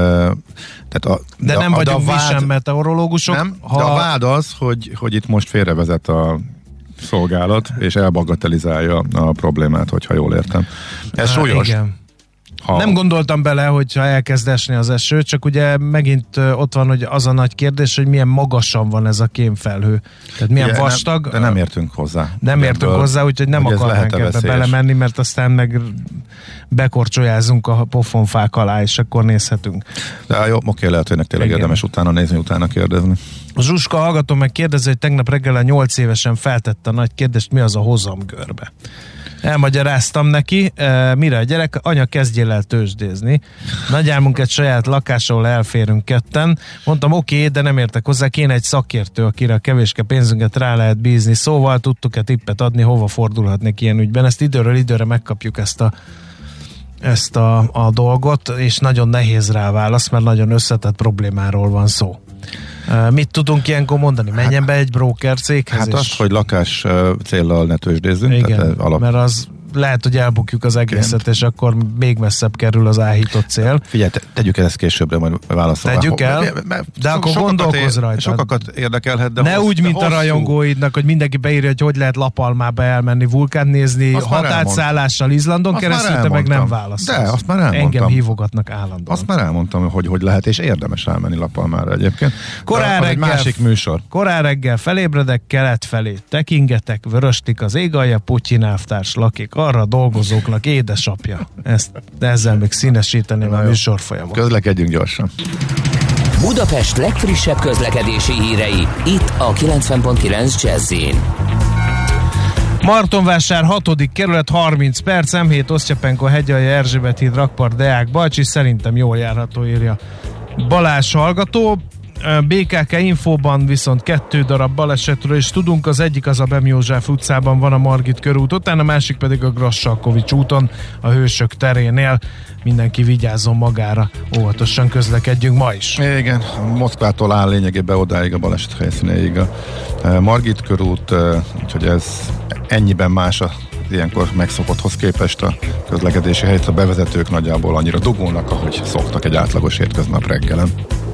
De nem vagyunk mi sem meteorológusok. Nem, de a vád az, hogy itt most félrevezet a szolgálat, és elbagatelizálja a problémát, hogyha jól értem. Ez súlyos. Igen. Nem gondoltam bele, hogyha elkezd esni az eső, csak ugye megint ott van, hogy az a nagy kérdés, hogy milyen magasan van ez a kémfelhő. Tehát milyen vastag. De nem értünk hozzá. Nem értünk hozzá, úgyhogy nem akarnánk ebbe belemenni, mert aztán meg bekorcsolyázunk a pofonfák alá, és akkor nézhetünk. De jó, oké, lehet, hogy tényleg érdemes utána nézni, utána kérdezni. A Zsuska hallgató meg kérdezi, hogy tegnap reggel 8 évesen feltette a nagy kérdést, mi az a hozamgörbe. Elmagyaráztam neki, mire a gyerek, anya, kezdjél el tőzsdézni. Nagy álmunk egy saját lakás, ahol elférünk ketten. Mondtam, oké, de nem értek hozzá, kéne egy szakértő, akire a kevéske pénzünket rá lehet bízni. Szóval tudtuk-e tippet adni, hova fordulhatnék ilyen ügyben. Ezt időről időre megkapjuk ezt a dolgot, és nagyon nehéz rá válasz, mert nagyon összetett problémáról van szó. Mit tudunk ilyenkor mondani? Menjen be egy broker céghez? Hát azt, hogy lakás céllal ne tőzsdézzünk. Igen, mert az lehet, hogy elbukjuk az egészet, és akkor még messzebb kerül az áhított cél. Figyelj, tegyük el ezt későbbre, majd válaszolva. Tegyük el, de akkor gondolkozz rajta. Sokakat érdekelhet, de ne úgy, mint a rajongóidnak, hogy mindenki beírja, hogy lehet Lapalmába elmenni vulkánt nézni, hatátszállással Izlandon keresztül, te meg nem válaszolsz. De, azt már elmondtam. Engem hívogatnak állandóan. Azt már elmondtam, hogy lehet, és érdemes elmenni Lapalmára egyébként. Korán reggel felébredek, kelet felé tekingetek, vöröstik az ég alja, Putyin elvtárs lakik. Arra a dolgozóknak édesapja. Ezzel még színesíteném a műsorfolyamot. Közlekedjünk gyorsan. Budapest legfrissebb közlekedési hírei itt a 90.9 Jazz-in. Martonvásár 6. kerület 30 perc, M7 Osztyapenko hegyalja Erzsébet híd Rakpart Deák Balcsi, szerintem jól járható, írja Balázs hallgató. BKK Infóban viszont 2 darab balesetről is tudunk, az egyik az a Bem József utcában van a Margit körút után, a másik pedig a Grassalkovics úton, a Hősök terénél. Mindenki vigyázzon magára, óvatosan közlekedjünk ma is. Igen, Moszkvától áll lényegében odáig a baleset helyszínéig a Margit körút, úgyhogy ez ennyiben más a ilyenkor megszokotthoz képest a közlekedési helyet, a bevezetők nagyjából annyira dugulnak, ahogy szoktak egy átlagos hétköznap reggelen.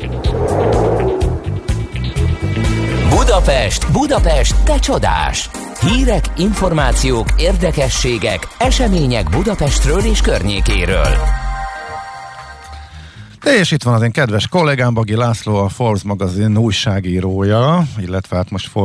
Budapest, te csodás! Hírek, információk, érdekességek, események Budapestről és környékéről. És itt van az én kedves kollégám, Bagi László, a Forbes magazin újságírója, illetve hát most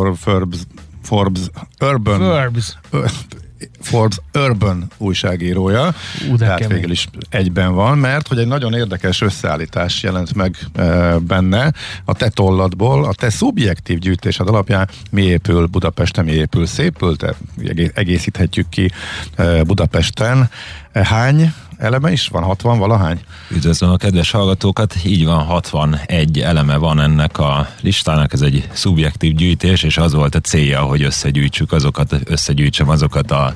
Forbes Urban újságírója, tehát végül is egyben van, mert hogy egy nagyon érdekes összeállítás jelent meg benne a te tolladból, a te szubjektív gyűjtésed alapján mi épül Budapesten, mi épül szépül, tehát egészíthetjük ki Budapesten. Hány eleme is van? 60 valahány? Üdvözlöm a kedves hallgatókat, így van, 61 eleme van ennek a listának, ez egy szubjektív gyűjtés, és az volt a célja, hogy összegyűjtsem azokat a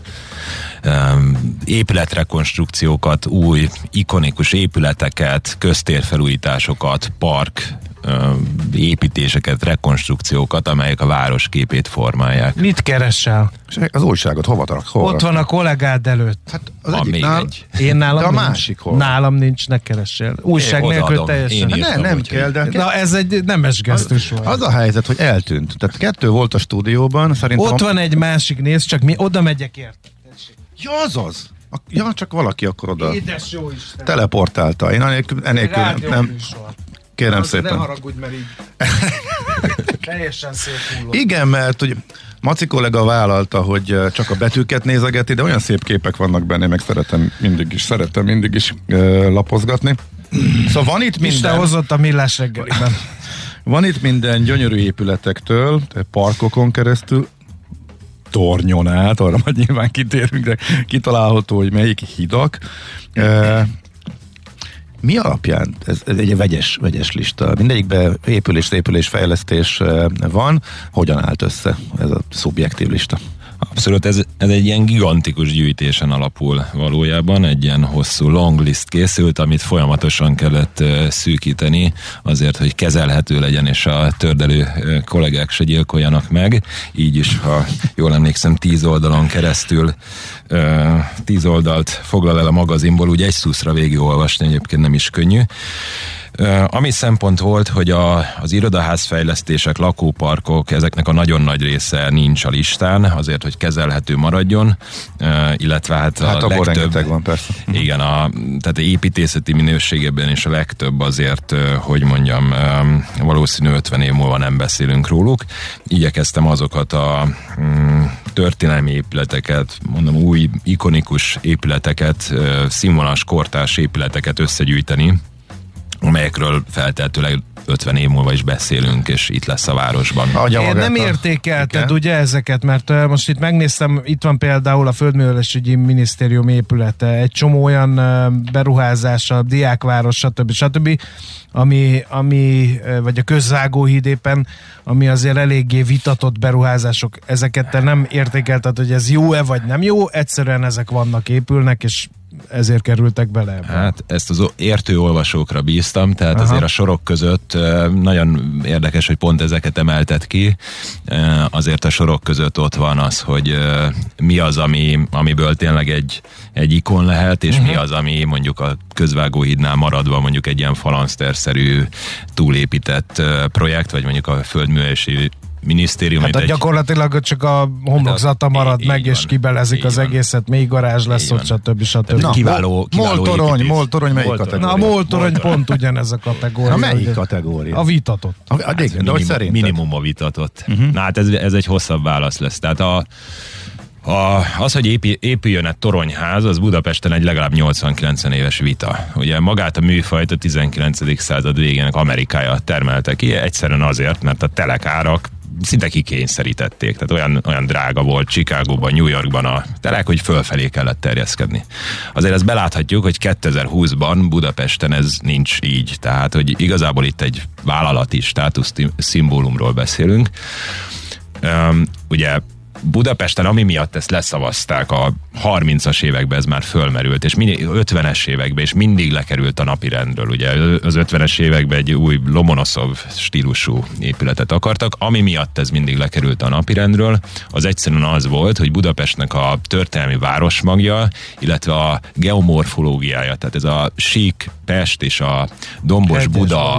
épületrekonstrukciókat, új, ikonikus épületeket, köztérfelújításokat, park építéseket, rekonstrukciókat, amelyek a város képét formálják. Mit keresel? Az újságot hova tarak? Ott van a kollégád előtt. Hát az van még egy. Én nálam de a nincs. másik hol? Nálam nincs, ne keressél. Újság nélkül teljesen. Nem kell, de... Na, ez egy nemes gesztus volt. Az a helyzet, hogy eltűnt. Tehát 2 volt a stúdióban, szerintem... Ott van egy másik, nézd, csak mi oda megyek érte. Ja, azaz! Ja, csak valaki akkor oda Édes jó Isten. teleportálta. Én enélkül nem... Kérem szépen. Ne haragudj, mert így teljesen széthullott. Igen, mert ugye Maci kollega vállalta, hogy csak a betűket nézegeti, de olyan szép képek vannak benne, meg szeretem mindig is lapozgatni. Szóval van itt minden... Isten hozott a Millás reggeliben. Van itt minden gyönyörű épületektől, parkokon keresztül, tornyon át, arra majd nyilván kitérünk, de kitalálható, hogy melyik hidak. Mi alapján? Ez egy vegyes lista. Mindegyikben épülés fejlesztés van. Hogyan állt össze ez a szubjektív lista? Abszolút, ez egy ilyen gigantikus gyűjtésen alapul valójában, egy ilyen hosszú long list készült, amit folyamatosan kellett szűkíteni azért, hogy kezelhető legyen, és a tördelő kollégák se gyilkoljanak meg. Így is, ha jól emlékszem, 10 oldalon keresztül 10 oldalt foglal el a magazinból, úgy egy szuszra végigolvasni egyébként nem is könnyű. Ami szempont volt, hogy az irodaházfejlesztések, lakóparkok, ezeknek a nagyon nagy része nincs a listán, azért, hogy kezelhető maradjon, illetve hát a legtöbb... van, persze. Igen, tehát építészeti minőségében is a legtöbb azért, hogy mondjam, valószínű 50 év múlva nem beszélünk róluk. Igyekeztem azokat a történelmi épületeket, mondom új, ikonikus épületeket, színvonalas kortárs épületeket összegyűjteni, amelyekről feltehetőleg 50 év múlva is beszélünk, és itt lesz a városban. Én nem értékelted ugye ezeket, mert most itt megnéztem, itt van például a Földművelésügyi Minisztérium épülete, egy csomó olyan beruházás, a Diákváros, stb. Ami vagy a Közvágóhíd éppen, ami azért eléggé vitatott beruházások, ezeket te nem értékelted, hogy ez jó-e vagy nem jó, egyszerűen ezek vannak, épülnek, és ezért kerültek bele ebbe. Hát ezt az értő olvasókra bíztam, tehát azért a sorok között nagyon érdekes, hogy pont ezeket emeltet ki. Azért a sorok között ott van az, hogy mi az, amiből tényleg egy ikon lehet, és mi az, ami mondjuk a Közvágóhídnál maradva mondjuk egy ilyen falanszterszerű túlépített projekt, vagy mondjuk a Földművelési Minisztérium. Hát gyakorlatilag csak a homlokzata marad meg, és kibelezik az egészet, mély garázs lesz ott, stb. Na, kiváló Moltorony melyik kategória? Na, a Moltorony pont ugyanez a kategória. Na, melyik kategória? A vitatott. De hogy szerinted? Minimum a vitatott. Na hát ez egy hosszabb válasz lesz. Tehát az, hogy épüljön egy toronyház, az Budapesten egy legalább 80-90 éves vita. Ugye magát a műfajt a 19. század végének Amerikája termelte ki, egyszerűen azért, mert a telekárak szinte kikényszerítették, tehát olyan drága volt Chicagóban, New Yorkban a telek, hogy fölfelé kellett terjeszkedni. Azért ezt beláthatjuk, hogy 2020-ban Budapesten ez nincs így, tehát hogy igazából itt egy vállalati státuszszimbólumról beszélünk. Ugye Budapesten, ami miatt ezt leszavazták a 30-as években, ez már fölmerült, és 50-es években, és mindig lekerült a napirendről. Ugye az 50-es években egy új Lomonoszov stílusú épületet akartak, ami miatt ez mindig lekerült a napirendről, az egyszerűen az volt, hogy Budapestnek a történelmi városmagja, illetve a geomorfológiája, tehát ez a sík Pest és a dombos Buda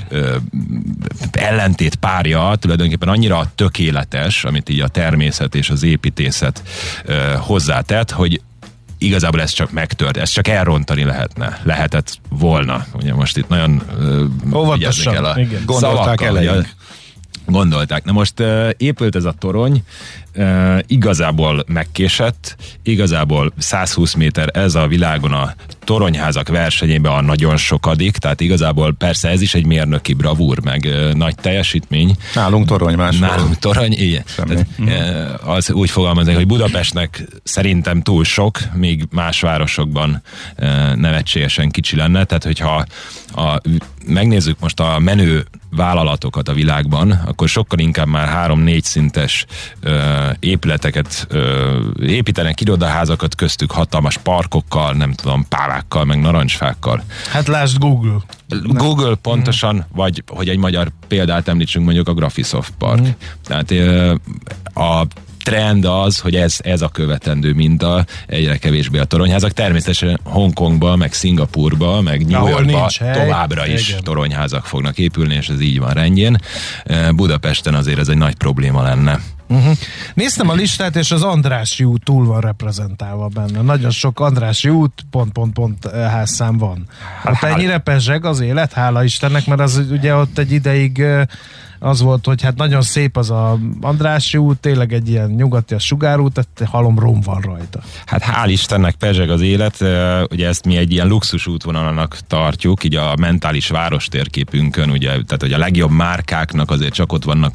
ellentét párja tulajdonképpen annyira tökéletes, amit így a természet és az építészet hozzátett, hogy igazából ez csak megtört, ez csak elrontani lehetett volna. Ugye most itt nagyon óvatosan kell a szavakkal, gondolták. Na most épült ez a torony, igazából megkésett, igazából 120 méter ez a világon a toronyházak versenyében a nagyon sokadik, tehát igazából persze ez is egy mérnöki bravúr, meg nagy teljesítmény. Nálunk torony, Nálunk torony, igen. Tehát, az úgy fogalmaznék, hogy Budapestnek szerintem túl sok, míg más városokban nevetségesen kicsi lenne, tehát hogyha megnézzük most a menő vállalatokat a világban, akkor sokkal inkább már 3-4 szintes épületeket építenek, irodaházakat, köztük hatalmas parkokkal, nem tudom, pálákkal, meg narancsfákkal. Hát lásd Google. Google pontosan, vagy hogy egy magyar példát említsünk, mondjuk a Graphisoft Park. Tehát a trend az, hogy ez a követendő minta, egyre kevésbé a toronyházak. Természetesen Hongkongba, meg Szingapurba, meg New Yorkba továbbra is toronyházak fognak épülni, és ez így van rendjén. Budapesten azért ez egy nagy probléma lenne. Néztem a listát, és az Andrássy út túl van reprezentálva benne. Nagyon sok Andrássy út, házszám van. Hát ennyire pezseg az élet, hála Istennek, mert az ugye ott egy ideig az volt, hogy hát nagyon szép az a Andrássy út, tényleg egy ilyen nyugati a sugárút, tehát halomrom van rajta. Hát hál' Istennek pezseg az élet, ugye ezt mi egy ilyen luxus útvonalnak tartjuk, így a mentális város térképünkön, ugye, tehát hogy a legjobb márkáknak azért csak ott vannak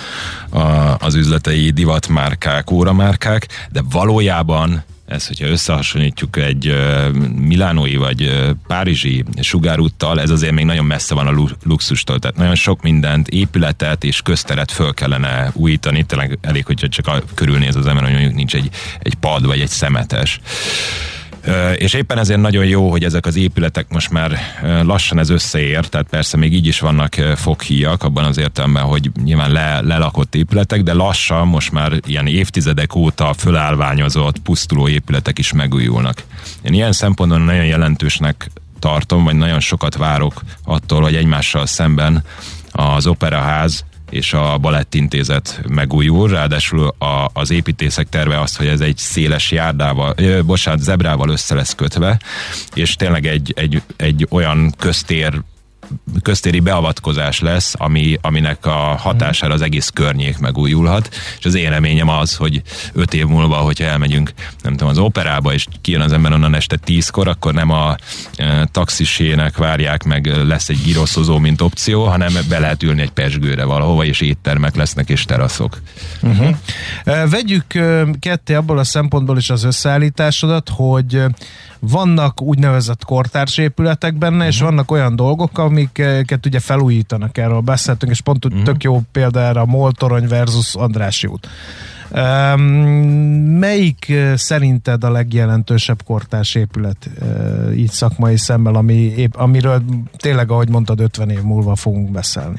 az üzletei, divatmárkák, óramárkák, de valójában ez, hogyha összehasonlítjuk egy milánói vagy párizsi sugárúttal, ez azért még nagyon messze van a luxustól, tehát nagyon sok mindent, épületet és közteret föl kellene újítani, tényleg elég, hogyha csak körülnéz az ember, hogy mondjuk nincs egy pad vagy egy szemetes. És éppen ezért nagyon jó, hogy ezek az épületek most már lassan ez összeér, tehát persze még így is vannak foghíjak abban az értelemben, hogy nyilván lelakott épületek, de lassan most már ilyen évtizedek óta fölállványozott, pusztuló épületek is megújulnak. Én ilyen szempontból nagyon jelentősnek tartom, vagy nagyon sokat várok attól, hogy egymással szemben az Operaház és a Balettintézet megújul, ráadásul az építészek terve az, hogy ez egy széles zebrával össze lesz kötve, és tényleg egy olyan köztéri beavatkozás lesz, aminek a hatására az egész környék megújulhat, és az én reményem az, hogy 5 év múlva, hogyha elmegyünk, nem tudom, az Operába, és kijön az ember onnan este 10-kor, akkor nem a taxisének várják meg, lesz egy giroszozó, mint opció, hanem be lehet ülni egy pezsgőre valahova, és éttermek lesznek, és teraszok. Vegyük ketté abból a szempontból is az összeállításodat, hogy vannak úgynevezett kortárs épületek benne, és vannak olyan dolgok, amiket ugye felújítanak, erről beszéltünk, és pont tök jó példa erre a MOL torony versus Andrássy út. Melyik szerinted a legjelentősebb kortárs épület így szakmai szemmel, amiről tényleg, ahogy mondtad, 50 év múlva fogunk beszélni?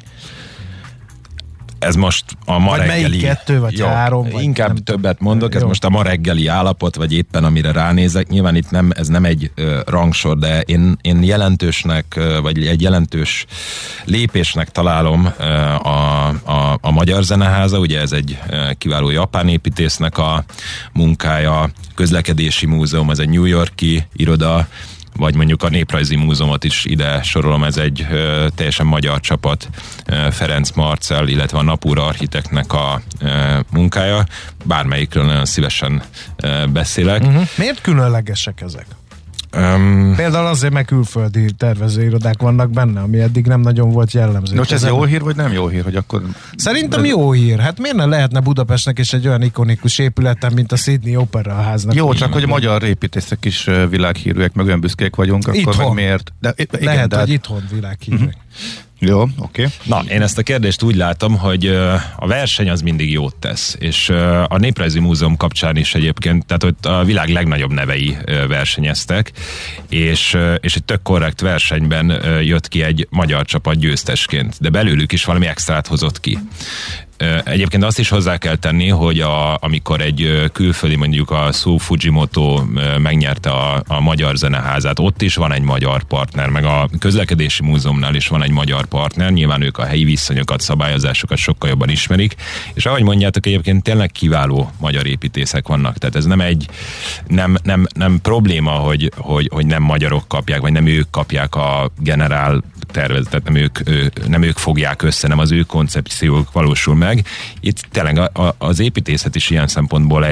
Ez most a ma vagy reggeli... Melyik 2 vagy 3? Inkább többet mondok, ez most a ma reggeli állapot, vagy éppen amire ránézek. Nyilván itt ez nem egy rangsor, de én jelentősnek, vagy egy jelentős lépésnek találom a Magyar Zeneháza, ugye ez egy kiváló japán építésznek a munkája, közlekedési múzeum, ez egy New York-i iroda, vagy mondjuk a Néprajzi Múzeumot is ide sorolom, ez egy teljesen magyar csapat, Ferenc Marcell, illetve a Napura Architektnek a munkája. Bármelyikről nagyon szívesen beszélek. Miért különlegesek ezek? Például azért, mert külföldi tervezőirodák vannak benne, ami eddig nem nagyon volt jellemző. Most ez jó hír, vagy nem jó hír, hogy akkor... Szerintem jó hír. Hát miért ne lehetne Budapestnek is egy olyan ikonikus épületen, mint a Sydney Opera háznak? Jó, csak hogy a magyar építészek is világhírűek, meg olyan büszkék vagyunk, akkor itthon. meg miért? De, igen, lehet, hogy itthon világhírűek. Jó, oké. Na, én ezt a kérdést úgy látom, hogy a verseny az mindig jót tesz, és a Néprajzi Múzeum kapcsán is egyébként, tehát ott a világ legnagyobb nevei versenyeztek, és egy tök korrekt versenyben jött ki egy magyar csapat győztesként, de belőlük is valami extrát hozott ki. Egyébként azt is hozzá kell tenni, hogy amikor egy külföldi, mondjuk a Sue Fujimoto megnyerte a Magyar Zeneházát, ott is van egy magyar partner, meg a Közlekedési Múzeumnál is van egy magyar partner, nyilván ők a helyi viszonyokat, szabályozásokat sokkal jobban ismerik, és ahogy mondjátok, egyébként tényleg kiváló magyar építészek vannak, tehát ez nem probléma, hogy nem magyarok kapják, vagy nem ők kapják a generál tervezetet, nem ők fogják össze, nem az ő koncepciók valósul meg. Itt tényleg az építészet is ilyen szempontból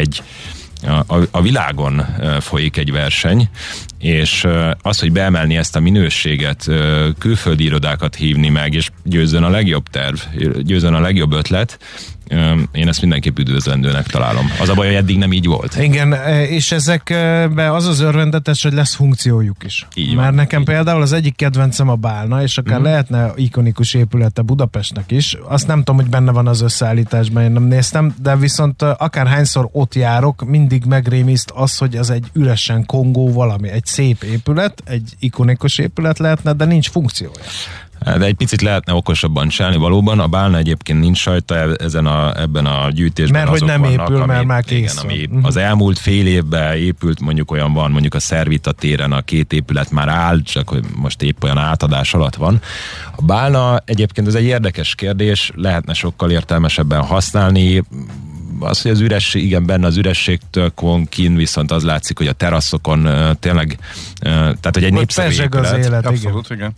a világon folyik egy verseny, és az, hogy beemelni ezt a minőséget, külföldi irodákat hívni meg, és győzzön a legjobb terv, győzzön a legjobb ötlet, én ezt mindenképp üdvözlendőnek találom. Az a baj, hogy eddig nem így volt. Igen, és ezekben az örvendetes, hogy lesz funkciójuk is. Így már van. nekem például az egyik kedvencem a Bálna, és akár lehetne ikonikus épülete Budapestnek is. Azt nem tudom, hogy benne van az összeállításban, én nem néztem, de viszont akárhányszor ott járok, mindig megrémiszt az, hogy az egy üresen kongó valami. Egy szép épület, egy ikonikus épület lehetne, de nincs funkciója. De egy picit lehetne okosabban csinálni valóban. A Bálna egyébként nincs sajta ebben a gyűjtésben. Mert hogy nem vannak, épül, mert már kész. Igen, ami az elmúlt fél évben épült, mondjuk olyan van, mondjuk a Szervita téren a két épület már áll, csak hogy most épp olyan átadás alatt van. A Bálna egyébként ez egy érdekes kérdés, lehetne sokkal értelmesebben használni. Az, hogy az üresség, igen, benne az ürességtől kín, viszont az látszik, hogy a teraszokon tényleg, tehát, hogy egy népszerű épület. Az élet, abszolút, igen.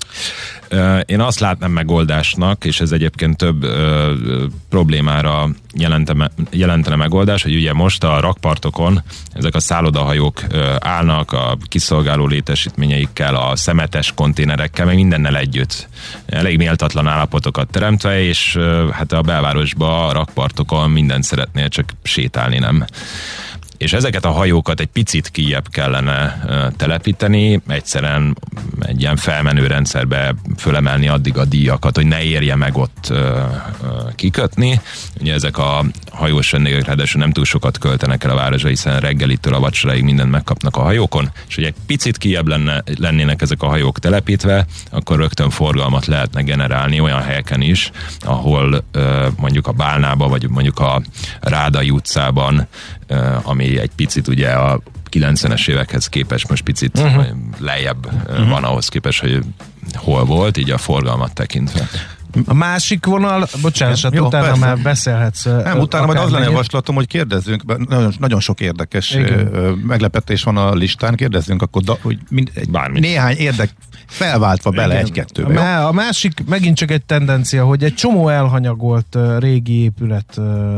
Én azt látnám megoldásnak, és ez egyébként több problémára jelentene megoldás, hogy ugye most a rakpartokon ezek a szállodahajók állnak a kiszolgáló létesítményeikkel, a szemetes konténerekkel, meg mindennel együtt. Elég méltatlan állapotokat teremtve, és hát a belvárosba a rakpartokon mindent szeretnél, csak sétálni nem. És ezeket a hajókat egy picit kijjebb kellene telepíteni, egyszerűen egy ilyen felmenő rendszerbe fölemelni addig a díjakat, hogy ne érje meg ott kikötni. Ugye ezek a hajós vendégek ráadásul nem túl sokat költenek el a városra, hiszen reggelitől a vacsoráig mindent megkapnak a hajókon, és hogy egy picit kijjebb lennének ezek a hajók telepítve, akkor rögtön forgalmat lehetne generálni olyan helyeken is, ahol mondjuk a Bálnába, vagy mondjuk a Rádai utcában, ami egy picit ugye a 90-es évekhez képest most picit lejjebb van ahhoz képest, hogy hol volt, így a forgalmat tekintve. A másik vonal, bocsánat, utána persze. Már beszélhetsz. Nem, utána majd az lenne javaslatom, hogy kérdezzünk, nagyon sok érdekes meglepetés van a listán, kérdezzünk akkor, hogy néhány felváltva bele egy-kettőbe. A másik megint csak egy tendencia, hogy egy csomó elhanyagolt régi épület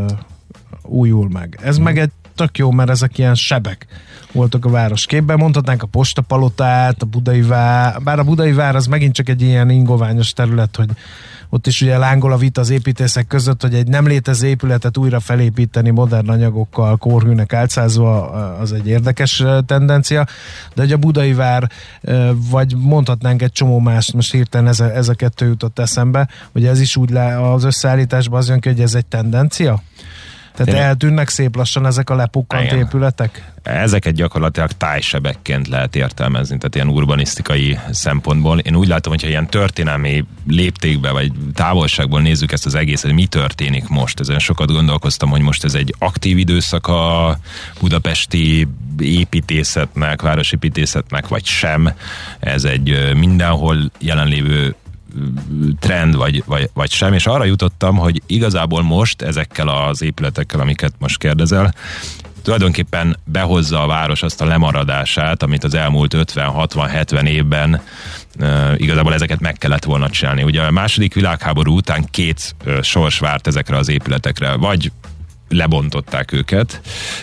újul meg. Ez meg egy tök jó, mert ezek ilyen sebek voltak a városképben. Mondhatnánk a Postapalotát, a Budai Vár, bár a Budai Vár az megint csak egy ilyen ingoványos terület, hogy ott is ugye lángol a vita az építészek között, hogy egy nem létező épületet újra felépíteni modern anyagokkal, kórhűnek álcázva, az egy érdekes tendencia, de hogy a Budai Vár, vagy mondhatnánk egy csomó mást, most hirtelen ez a kettő jutott eszembe, hogy ez is úgy az összeállításban az jön ki, hogy ez egy tendencia? Tehát eltűnnek szép lassan ezek a lepukkant épületek? Ezeket gyakorlatilag tájsebekként lehet értelmezni, tehát ilyen urbanisztikai szempontból. Én úgy látom, hogyha ilyen történelmi léptékbe vagy távolságból nézzük ezt az egészet, hogy mi történik most. Ezen sokat gondolkoztam, hogy most ez egy aktív időszak a budapesti építészetnek, városépítészetnek, vagy sem. Ez egy mindenhol jelenlévő trend, vagy sem, és arra jutottam, hogy igazából most ezekkel az épületekkel, amiket most kérdezel, tulajdonképpen behozza a város azt a lemaradását, amit az elmúlt 50-60-70 évben igazából ezeket meg kellett volna csinálni. Ugye a második világháború után két sors várt ezekre az épületekre, vagy lebontották őket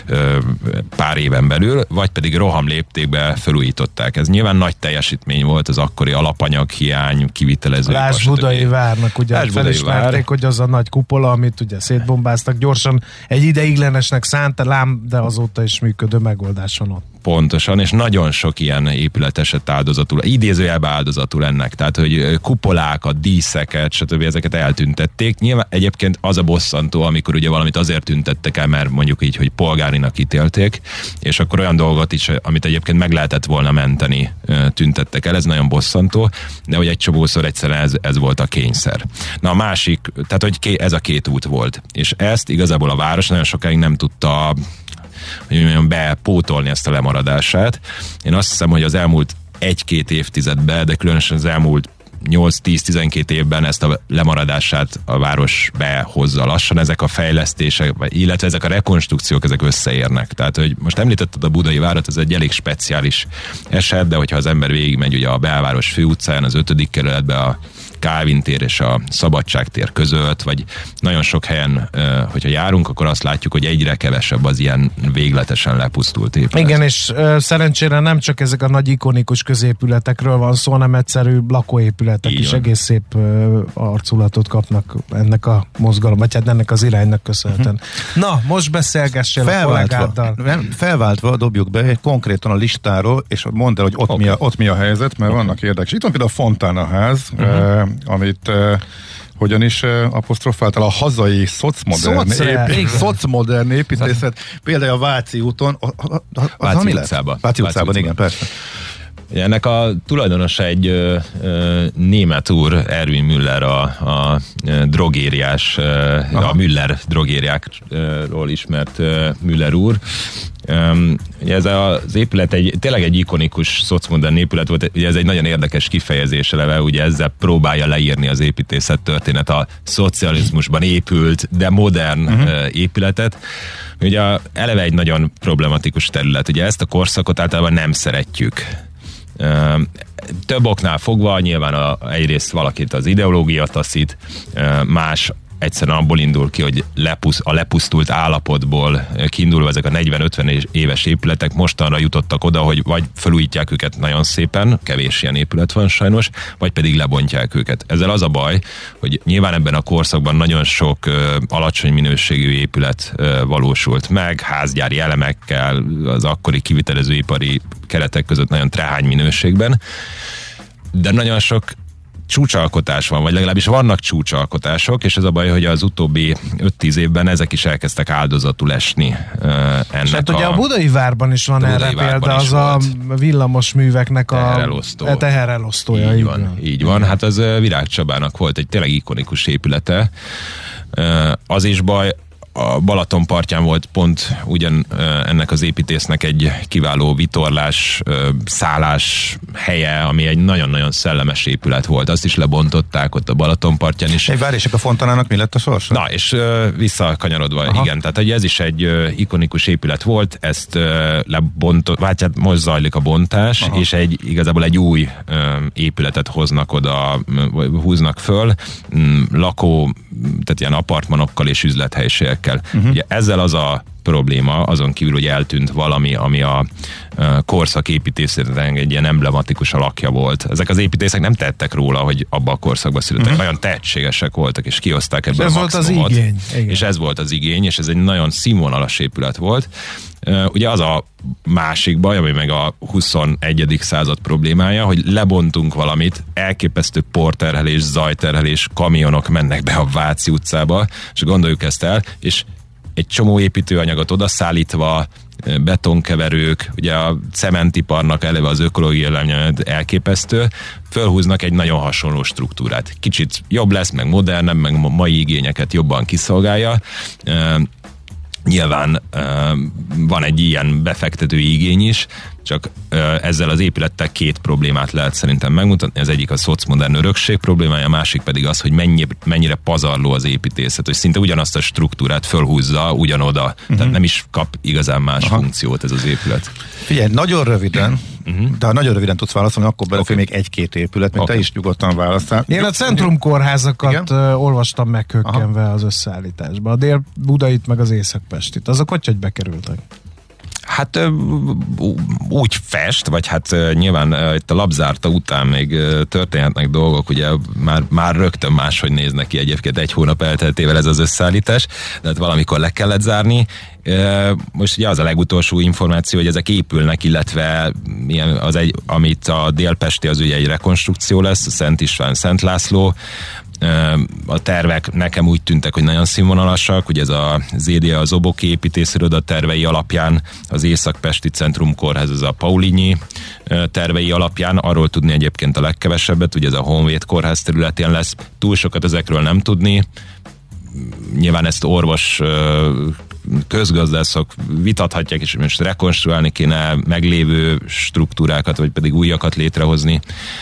pár éven belül, vagy pedig rohamléptékben felújították. Ez nyilván nagy teljesítmény volt, az akkori alapanyaghiány, kivitelező. Lásd Budai Várnak, ugye felismerték, hogy az a nagy kupola, amit ugye szétbombáztak, gyorsan egy ideiglenesnek szánta, lám, de azóta is működő megoldás van ott. Pontosan, és nagyon sok ilyen épület esett áldozatul, idézőjelben áldozatul ennek, tehát hogy kupolákat, díszeket, stb. Ezeket eltüntették. Nyilván egyébként az a bosszantó, amikor ugye valamit azért tüntettek el, mert mondjuk így, hogy polgárinak ítélték, és akkor olyan dolgot is, amit egyébként meg lehetett volna menteni, tüntettek el, ez nagyon bosszantó, de hogy egy csomószor egyszerűen ez volt a kényszer. Na a másik, tehát hogy ez a két út volt, és ezt igazából a város nagyon sokáig nem tudta bepótolni ezt a lemaradását. Én azt hiszem, hogy az elmúlt 1-2 évtizedben, de különösen az elmúlt 8-10-12 évben ezt a lemaradását a város behozza lassan, ezek a fejlesztések, illetve ezek a rekonstrukciók, ezek összeérnek. Tehát, hogy most említetted a Budai Várat, ez egy elég speciális eset, de hogyha az ember végigmegy ugye a belváros főutcán, az 5. kerületbe a Kálvin tér és a Szabadságtér között, vagy nagyon sok helyen, hogyha járunk, akkor azt látjuk, hogy egyre kevesebb az ilyen végletesen lepusztult épület. Igen, és szerencsére nem csak ezek a nagy ikonikus középületekről van szó, hanem egyszerű lakóépületek is egész szép arculatot kapnak ennek a mozgalom, vagy hát ennek az iránynak köszönhetően. Na, most beszélgessél a kollégáddal. Felváltva dobjuk be konkrétan a listáról, és mondd el, hogy ott mi a helyzet, mert vannak érdekes. Itt van például a Fontana ház, amit hogyan is apostrofáltál, a hazai szocmodern építészet, például a Váci úton, Váci utcában. Váci utcában, igen, persze. Ennek a tulajdonosa egy német úr, Erwin Müller, a drogériás, a Müller drogériákról ismert Müller úr. Ez az épület tényleg egy ikonikus szocmodern épület volt, ugye ez egy nagyon érdekes kifejezés eleve, ugye ezzel próbálja leírni az építészet történet a szocializmusban épült, de modern épületet. Ugye eleve egy nagyon problematikus terület, ugye ezt a korszakot általában nem szeretjük. Több oknál fogva, nyilván egyrészt valakit az ideológia taszít, más egyszerűen abból indul ki, hogy a lepusztult állapotból kiindulva ezek a 40-50 éves épületek mostanra jutottak oda, hogy vagy felújítják őket nagyon szépen, kevés ilyen épület van sajnos, vagy pedig lebontják őket. Ezzel az a baj, hogy nyilván ebben a korszakban nagyon sok alacsony minőségű épület valósult meg, házgyári elemekkel, az akkori kivitelezőipari keretek között nagyon trehány minőségben, de nagyon sok csúcsalkotás van, vagy legalábbis vannak csúcsalkotások, és ez a baj, hogy az utóbbi 5-10 évben ezek is elkezdtek áldozatul esni ennek. Hát ugye a Budai Várban is van erre példa, az a villamos műveknek a teherelosztója. Így van. Hát az Virág Csabának volt egy tényleg ikonikus épülete. Az is baj, a Balaton partján volt pont ugyan ennek az építésznek egy kiváló vitorlás, szállás helye, ami egy nagyon-nagyon szellemes épület volt. Azt is lebontották ott a Balaton partján is. Várj, és a Fontanának mi lett a sorsa? Na, és visszakanyarodva, igen, tehát hogy ez is egy ikonikus épület volt, ezt lebontott, hát most zajlik a bontás, és igazából egy új épületet hoznak oda, húznak föl, tehát ilyen apartmanokkal és üzlethelyiségekkel. Ugye ezzel az a probléma, azon kívül, hogy eltűnt valami, ami a korszak építészetnek egy ilyen emblematikus alakja volt. Ezek az építészek nem tettek róla, hogy abba a korszakban születtek. Nagyon tehetségesek voltak, és kihozták ebből a maximumot. És ez volt az igény, és ez egy nagyon színvonalas épület volt. Ugye az a másik baj, ami meg a 21. század problémája, hogy lebontunk valamit, elképesztő porterhelés, zajterhelés, kamionok mennek be a Váci utcába, és gondoljuk ezt el, és egy csomó építőanyagot odaszállítva, betonkeverők, ugye a cementiparnak eleve az ökológiai elemnyeled elképesztő, fölhúznak egy nagyon hasonló struktúrát. Kicsit jobb lesz, meg modernebb, meg mai igényeket jobban kiszolgálja. Nyilván van egy ilyen befektetői igény is, csak ezzel az épülettel két problémát lehet szerintem megmutatni. Az egyik a szocmodern örökség problémája, a másik pedig az, hogy mennyire pazarló az építészet, hogy szinte ugyanazt a struktúrát fölhúzza ugyanoda. Tehát nem is kap igazán más funkciót ez az épület. Figyelj, nagyon röviden, De ha nagyon röviden tudsz válaszolni, akkor belefér még egy-két épület, még te is nyugodtan választál. Én a centrumkórházakat olvastam meghökkenve az összeállításba. A Dél-Budait meg az Észak-Pestit. Azok hogy bekerültek? Hát úgy fest, vagy hát nyilván itt a labzárta után még történhetnek dolgok, ugye már rögtön máshogy néznek ki egyébként egy hónap elteltével ez az összeállítás, de hát valamikor le kellett zárni. Most ugye az a legutolsó információ, hogy ezek épülnek, illetve amit a Délpesti, az ugye egy rekonstrukció lesz, a Szent István, Szent László. A tervek nekem úgy tűntek, hogy nagyon színvonalasak, ugye ez a ZDA, az Oboki építésziroda tervei alapján, az Észak-Pesti Centrumkórház, ez a Paulinyi tervei alapján, arról tudni egyébként a legkevesebbet, ugye ez a Honvéd kórház területén lesz, túl sokat ezekről nem tudni, nyilván ezt orvos közgazdászok vitathatják, és most rekonstruálni kéne meglévő struktúrákat, vagy pedig újakat létrehozni.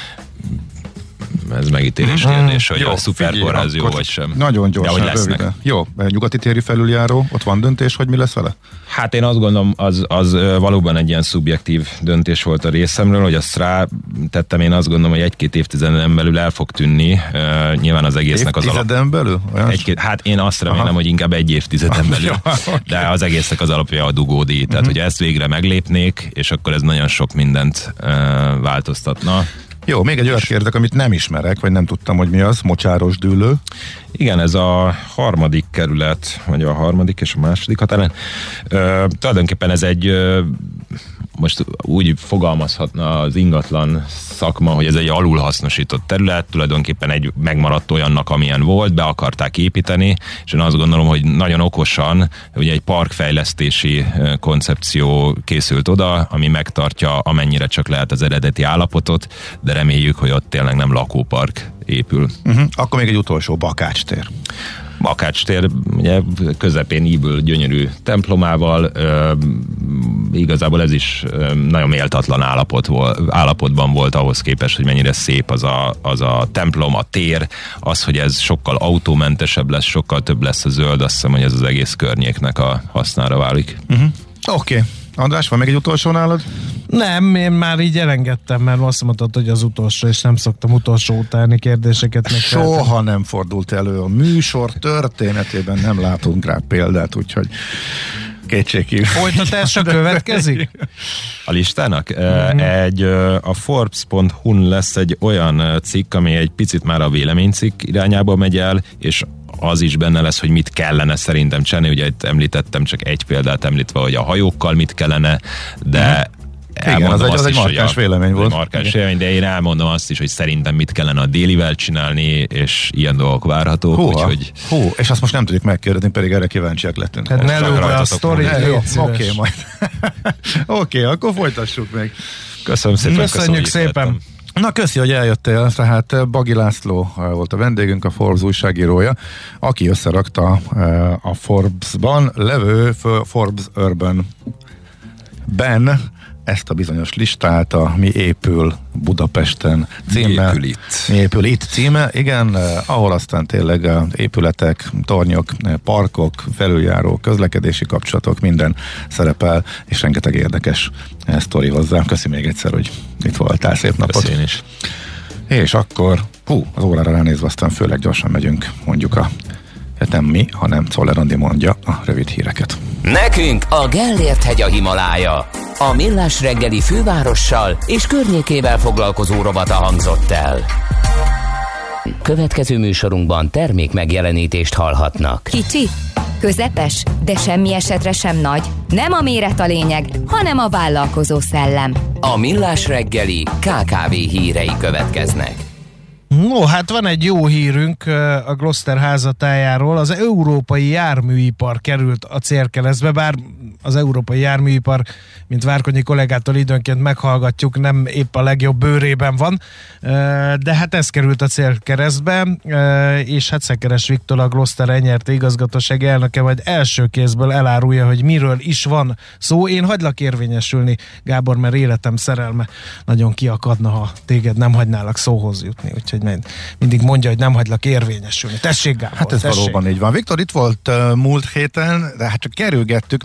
Ez megítélés kérdés, hogy a szuperkórház jó vagy sem. Nagyon gyorsan, röviden. Jó, nyugati téri felüljáró, ott van döntés, hogy mi lesz vele? Hát én azt gondolom, az valóban egy ilyen szubjektív döntés volt a részemről, hogy azt rátettem, én azt gondolom, hogy egy-két évtizeden belül el fog tűnni. Nyilván az egésznek az évtizeden belül? Hát én azt remélem, hogy inkább egy évtizeden belül. De az egésznek az alapja a dugódíj. Tehát, hogy ezt végre meglépnék, és akkor ez nagyon sok mindent változtatna. Jó, még egy olyat kérdek, amit nem ismerek, vagy nem tudtam, hogy mi az, Mocsáros dűlő. Igen, ez a harmadik kerület, vagy a harmadik és a második határen. Tulajdonképpen ez egy, most úgy fogalmazhatna az ingatlan szakma, hogy ez egy alulhasznosított terület, tulajdonképpen egy megmaradt olyannak, amilyen volt, be akarták építeni, és én azt gondolom, hogy nagyon okosan, ugye egy parkfejlesztési koncepció készült oda, ami megtartja amennyire csak lehet az eredeti állapotot, de reméljük, hogy ott tényleg nem lakópark épül. Akkor még egy utolsó, Bakács tér. Bakács tér, ugye közepén ívül gyönyörű templomával, igazából ez is nagyon méltatlan állapotban volt ahhoz képest, hogy mennyire szép az a templom, a tér, az, hogy ez sokkal autómentesebb lesz, sokkal több lesz a zöld, azt hiszem, hogy ez az egész környéknek a hasznára válik. Oké. András, van még egy utolsó nálad? Nem, én már így elengedtem, mert azt mondtad, hogy az utolsó, és nem szoktam utolsó utáni kérdéseket megfelelni. Soha nem fordult elő a műsor történetében, nem látunk rá példát, úgyhogy kétségkívül. Folytatása következik? A listának? A Forbes.hu-n lesz egy olyan cikk, ami egy picit már a véleménycikk irányába megy el, és az is benne lesz, hogy mit kellene szerintem csinálni. Ugye itt említettem csak egy példát említve, hogy a hajókkal mit kellene, de igen, az egy markáns vélemény volt. Markáns vélemény, de én elmondom azt is, hogy szerintem mit kellene a délivel csinálni, és ilyen dolgok várhatók. Úgyhogy... és azt most nem tudjuk megkérdezni, pedig erre kíváncsiak lettünk. Tehát ne lőve a sztori. Oké, majd. Oké, akkor folytassuk még. Köszönöm szépen. Köszönjük szépen. Na, köszi, hogy eljöttél, tehát Bagi László volt a vendégünk, a Forbes újságírója, aki összerakta a Forbes-ban levő Forbes Urban-ben ezt a bizonyos listát, a Mi épül Budapesten címe. Mi épül itt címe, igen, ahol aztán tényleg épületek, tornyok, parkok, felüljáró, közlekedési kapcsolatok, minden szerepel, és rengeteg érdekes sztori hozzá. Köszi még egyszer, hogy itt voltál, szép napot. Köszi én is. És akkor, az órára ránézve aztán főleg gyorsan megyünk, mondjuk nem mi, hanem Czoller Andi mondja a rövid híreket. Nekünk a Gellért-hegy a Himalája. A Millás reggeli fővárossal és környékével foglalkozó rovata hangzott el. Következő műsorunkban termék megjelenítést hallhatnak. Kicsi, közepes, de semmi esetre sem nagy. Nem a méret a lényeg, hanem a vállalkozó szellem. A Millás reggeli KKV hírei következnek. No, hát van egy jó hírünk a Gloster házatájáról. Az európai járműipar került a célkeresztbe, bár az európai járműipar, mint Várkonyi kollégától időnként meghallgatjuk, nem épp a legjobb bőrében van, de hát ez került a célkeresztbe, és hát Szekeres Viktor, a Gloster Enyerté igazgatóság elnöke majd első kézből elárulja, hogy miről is van szó. Én hagylak érvényesülni, Gábor, mert életem szerelme nagyon kiakadna, ha téged nem hagynálak szóhoz jutni, úgyhogy mindig mondja, hogy nem hagylak érvényesülni. Tessék, Gábor, hát ez tessék. Valóban így van. Viktor itt volt múlt héten, de hát csak kerülgettük, meg akvizíció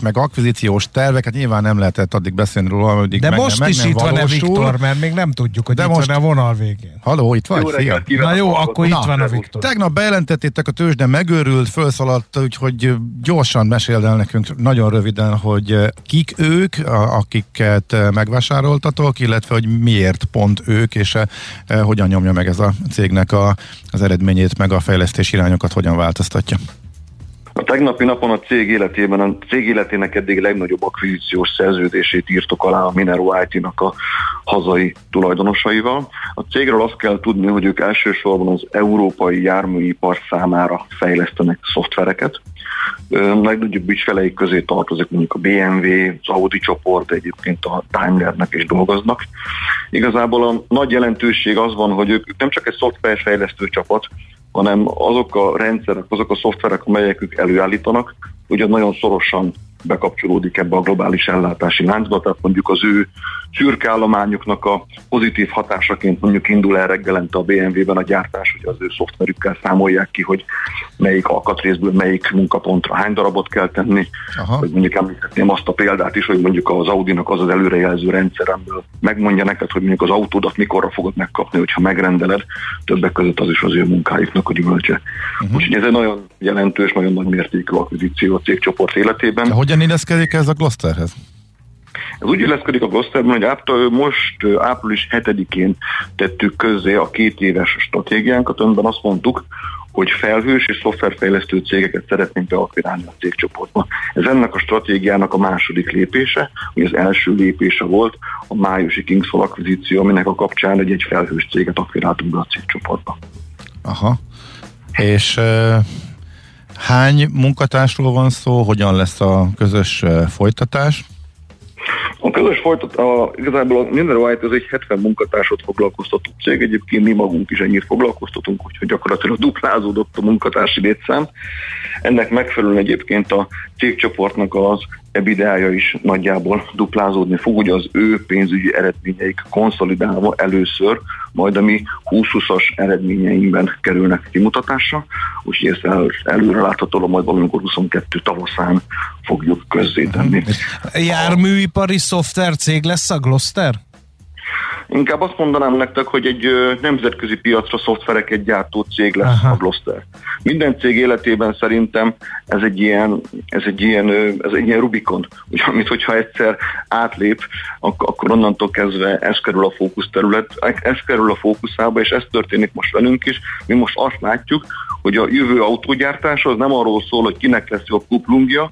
akvizíciós terveket, nyilván nem lehetett addig beszélni róla, ameddig de meg most nem, is meg nem itt van-e valósul. Viktor, mert még nem tudjuk, hogy de itt most... van a vonal végén. Haló, itt vagy? Szia. Na jó, akkor itt van a Viktor. Tegnap bejelentettétek, a tőzsde megőrült, felszaladt, úgyhogy gyorsan meséld el nekünk nagyon röviden, hogy kik ők, akiket megvásároltatok, illetve hogy miért pont ők, és hogyan nyomja meg ez a cégnek az eredményét, meg a fejlesztés irányokat hogyan változtatja. A tegnapi napon a cég életének eddig legnagyobb akvizíciós szerződését írtok alá a Minero IT-nak a hazai tulajdonosaival. A cégről azt kell tudni, hogy ők elsősorban az európai járműipar számára fejlesztenek szoftvereket. Legnagyobb ügyfeleik közé tartozik mondjuk a BMW, az Audi csoport, egyébként a Daimlernek is dolgoznak. Igazából a nagy jelentőség az van, hogy ők nem csak egy szoftverfejlesztő csapat, hanem azok a rendszerek, azok a szoftverek, amelyek ők előállítanak, ugye nagyon szorosan bekapcsolódik ebbe a globális ellátási láncba, tehát mondjuk az ő szürkeállományoknak a pozitív hatásaként mondjuk indul el reggelente a BMW-ben a gyártás, hogy az ő szoftverükkel számolják ki, hogy melyik alkatrészből melyik munkapontra hány darabot kell tenni. Hogy mondjuk említhetném azt a példát is, hogy mondjuk az Audinak az előrejelző rendszeremből megmondja neked, hogy mondjuk az autódat mikorra fogod megkapni, hogyha megrendeled, többek között az is az ő munkáiknak a gyümölcse. Úgyhogy ez egy nagyon jelentős, nagyon nagy mértékű akvizíció a cégcsoport életében. De hogyan illeszkedik ez a Glosterhez? Ez úgy illeszkedik a Glosterben, hogy most április 7-én tettük közzé a 2 éves stratégiánkat, amiben azt mondtuk, hogy felhős és szoftverfejlesztő cégeket szeretnénk beakvirálni a cégcsoportba. Ez ennek a stratégiának a második lépése, hogy az első lépése volt a májusi Kingsfall akvizíció, aminek a kapcsán egy felhős céget akviráltunk be a cégcsoportba. Aha. És hány munkatársról van szó, hogyan lesz a közös folytatás? A közös igazából a Minero IT az egy 70 munkatársat foglalkoztató cég, egyébként mi magunk is ennyit foglalkoztatunk, úgyhogy gyakorlatilag duplázódott a munkatársi létszám. Ennek megfelelően egyébként a cégcsoportnak az EBITDA-ja is nagyjából duplázódni fog, ugye az ő pénzügyi eredményeik konszolidálva először, majd a mi 2020-as eredményeinkben kerülnek kimutatásra, úgyhogy ezt előre láthatóan majd valamikor 22 tavaszán fogjuk közzétenni. Járműipari szoftvercég lesz a Gloster? Inkább azt mondanám nektek, hogy egy nemzetközi piacra szoftvereket gyártó cég lesz a Gloster. Minden cég életében szerintem ez egy ilyen Rubikon. Amit hogyha egyszer átlép, akkor onnantól kezdve ez kerül a fókuszterület, ez kerül a fókuszába, és ez történik most velünk is. Mi most azt látjuk, hogy a jövő autógyártás az nem arról szól, hogy kinek lesz jobb kuplungja,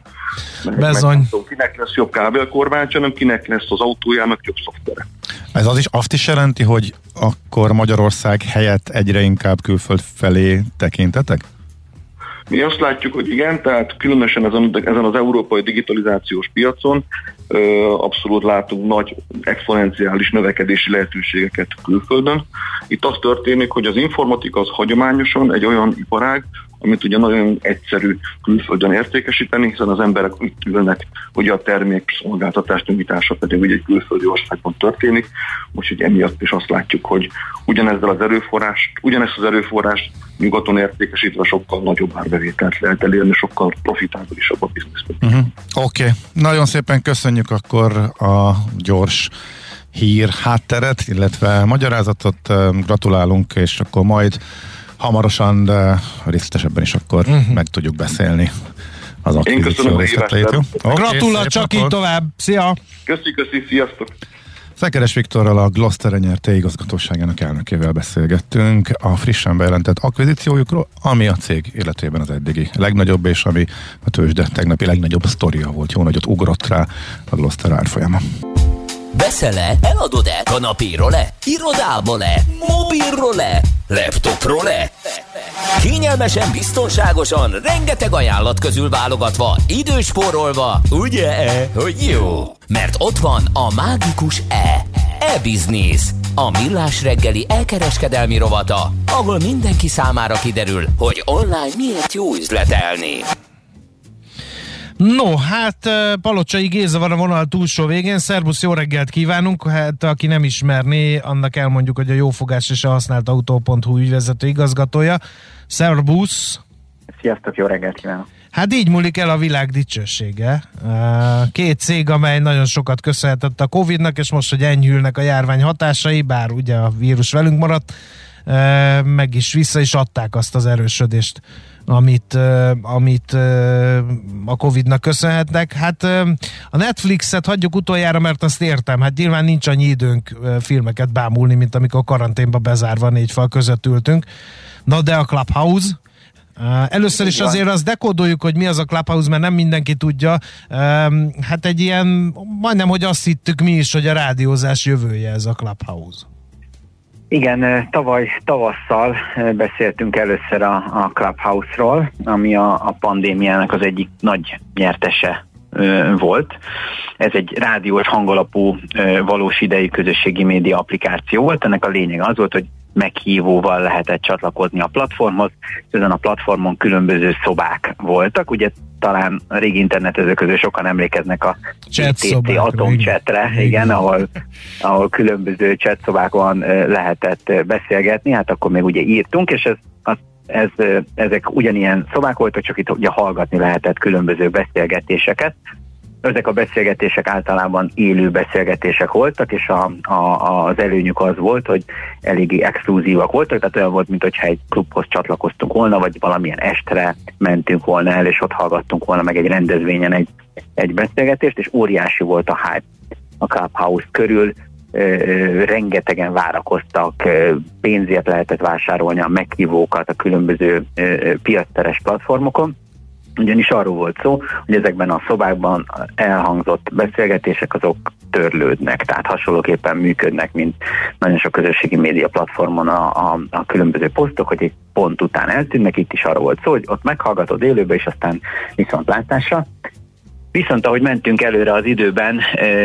kinek lesz jobb kábelkormány, hanem kinek lesz az autójának jobb szoftvere. Ez azt is jelenti, hogy akkor Magyarország helyett egyre inkább külföld felé tekintetek? Mi azt látjuk, hogy igen, tehát különösen ezen az európai digitalizációs piacon abszolút látunk nagy exponenciális növekedési lehetőségeket külföldön. Itt az történik, hogy az informatika az hagyományosan egy olyan iparág, amit ugye nagyon egyszerű külföldön értékesíteni, hiszen az emberek itt ülnek, ugye a termék szolgáltatás nyújtása pedig ugye egy külföldi országban történik, úgyhogy emiatt is azt látjuk, hogy ugyanezt az erőforrást nyugaton értékesítve sokkal nagyobb árbevételt lehet elérni, sokkal profitábilisabb a bizniszben. Oké. Nagyon szépen köszönjük akkor a gyors hír hátteret, illetve magyarázatot, gratulálunk, és akkor majd hamarosan, de részletesebben is akkor meg tudjuk beszélni az akvizíció részleteit. Gratulál, csak így tovább. Szia! Köszi, sziasztok! Szekeres Viktorral, a Gloster NRT igazgatóságának elnökével beszélgettünk a frissen bejelentett akvizíciójukról, ami a cég életében az eddigi legnagyobb, és ami a tőzsde tegnapi legnagyobb sztoria volt. Jó nagyot ugrott rá a Gloster árfolyama. Veszel-e? Eladod-e? Kanapéról-e? Irodából-e? Mobilról-e? Laptopról-e? Kényelmesen, biztonságosan, rengeteg ajánlat közül válogatva, időspórolva, ugye, hogy jó? Mert ott van a mágikus e-business, a Millás reggeli elkereskedelmi rovata, ahol mindenki számára kiderül, hogy online miért jó üzletelni. No, hát Palocsai Géza van a vonal túlsó végén. Szerbusz, jó reggelt kívánunk! Hát aki nem ismerné, annak elmondjuk, hogy a Jófogás és a Használt Autó.hu ügyvezető igazgatója. Szerbusz! Sziasztok, jó reggelt kívánok! Hát így múlik el a világ dicsősége. Két cég, amely nagyon sokat köszönhetett a Covid-nak, és most, hogy enyhülnek a járvány hatásai, bár ugye a vírus velünk maradt, meg is vissza is adták azt az erősödést, amit a Covid-nak köszönhetnek. Hát a Netflixet hagyjuk utoljára, mert azt értem, hát nyilván nincs annyi időnk filmeket bámulni, mint amikor karanténba bezárva 4 fal között ültünk. Na de a Clubhouse, először is azért azt dekódoljuk, hogy mi az a Clubhouse, mert nem mindenki tudja. Hát egy ilyen, majdnem, hogy azt hittük mi is, hogy a rádiózás jövője ez a Clubhouse. Igen, tavaly tavasszal beszéltünk először a Clubhouse-ról, ami a pandémiának az egyik nagy nyertese volt. Ez egy rádiós hangalapú valós idejű közösségi média applikáció volt. Ennek a lényeg az volt, hogy meghívóval lehetett csatlakozni a platformhoz, és ezen a platformon különböző szobák voltak. Ugye talán a régi internetezők közül sokan emlékeznek a TC Atomchatre, igen, ahol különböző chatszobákon lehetett beszélgetni, hát akkor még ugye írtunk, és ezek ugyanilyen szobák voltak, csak itt ugye hallgatni lehetett különböző beszélgetéseket. Ezek a beszélgetések általában élő beszélgetések voltak, és az előnyük az volt, hogy eléggé exkluzívak voltak, tehát olyan volt, mintha egy klubhoz csatlakoztunk volna, vagy valamilyen estre mentünk volna el, és ott hallgattunk volna meg egy rendezvényen egy beszélgetést, és óriási volt a hype a Clubhouse körül, rengetegen várakoztak, pénzért lehetett vásárolni a meghívókat a különböző piacteres platformokon, ugyanis arról volt szó, hogy ezekben a szobákban elhangzott beszélgetések azok törlődnek, tehát hasonlóképpen működnek, mint nagyon sok közösségi média platformon a különböző posztok, hogy egy pont után eltűnnek, itt is arról volt szó, hogy ott meghallgatod élőbe, és aztán viszontlátásra. Viszont ahogy mentünk előre az időben,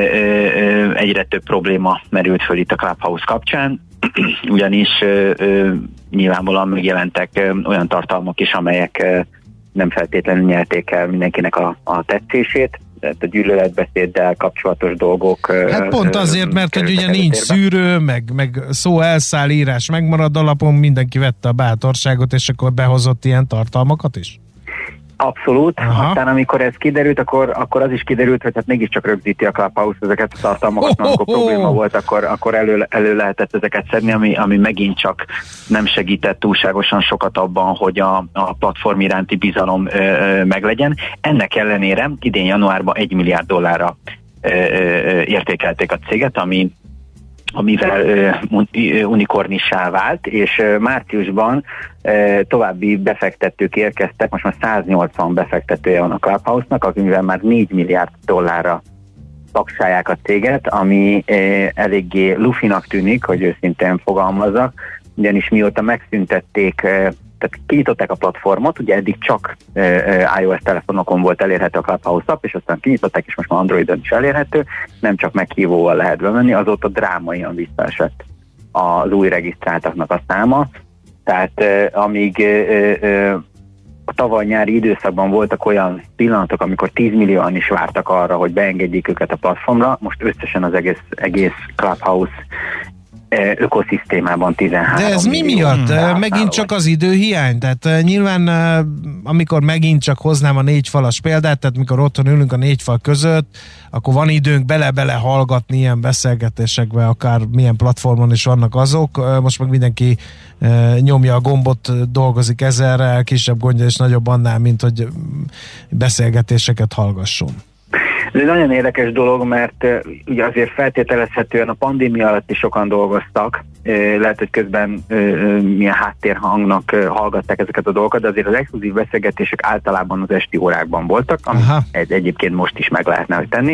egyre több probléma merült föl itt a Clubhouse kapcsán, ugyanis nyilvánvalóan megjelentek olyan tartalmak is, amelyek nem feltétlenül nyerték el mindenkinek a tetszését, tehát a gyűlöletbeszéddel kapcsolatos dolgok. Hát pont azért, mert hogy ugye nincs szűrő, meg szó elszáll, írás megmarad alapon, mindenki vette a bátorságot, és akkor behozott ilyen tartalmakat is? Abszolút. Aha. Aztán amikor ez kiderült, akkor az is kiderült, hogy hát mégiscsak rögzíti a Clubhouse ezeket a tartalmakat, amikor probléma volt, akkor elő lehetett ezeket szedni, ami megint csak nem segített túlságosan sokat abban, hogy a platform iránti bizalom meglegyen. Ennek ellenére idén januárban $1 milliárd értékelték a céget, amivel unikornissá vált, és márciusban további befektetők érkeztek, most már 180 befektetője van a Clubhouse-nak, amivel már $4 milliárd taksálják a céget, ami eléggé lufinak tűnik, hogy őszintén fogalmazzak, ugyanis mióta megszüntették, tehát kinyitották a platformot, ugye eddig csak iOS telefonokon volt elérhető a Clubhouse app, és aztán kinyitották, és most már Androidon is elérhető, nem csak meghívóval lehet bemenni, azóta drámaian visszaesett az új regisztráltaknak a száma, tehát amíg a tavaly nyári időszakban voltak olyan pillanatok, amikor 10 millióan is vártak arra, hogy beengedjék őket a platformra, most összesen az egész Clubhouse ökoszisztémában 13 De ez mi miatt? Megint csak az időhiány? Tehát nyilván, amikor megint csak hoznám a 4 falas példát, tehát mikor otthon ülünk a 4 fal között, akkor van időnk bele-bele hallgatni ilyen beszélgetésekbe, akár milyen platformon is vannak azok. Most meg mindenki nyomja a gombot, dolgozik ezerrel, kisebb gondja és nagyobb annál, mint hogy beszélgetéseket hallgasson. Ez egy nagyon érdekes dolog, mert ugye azért feltételezhetően a pandémia alatt is sokan dolgoztak, lehet, hogy közben milyen háttérhangnak hallgatták ezeket a dolgokat, de azért az exkluzív beszélgetések általában az esti órákban voltak, amit egyébként most is meg lehetne hogy tenni.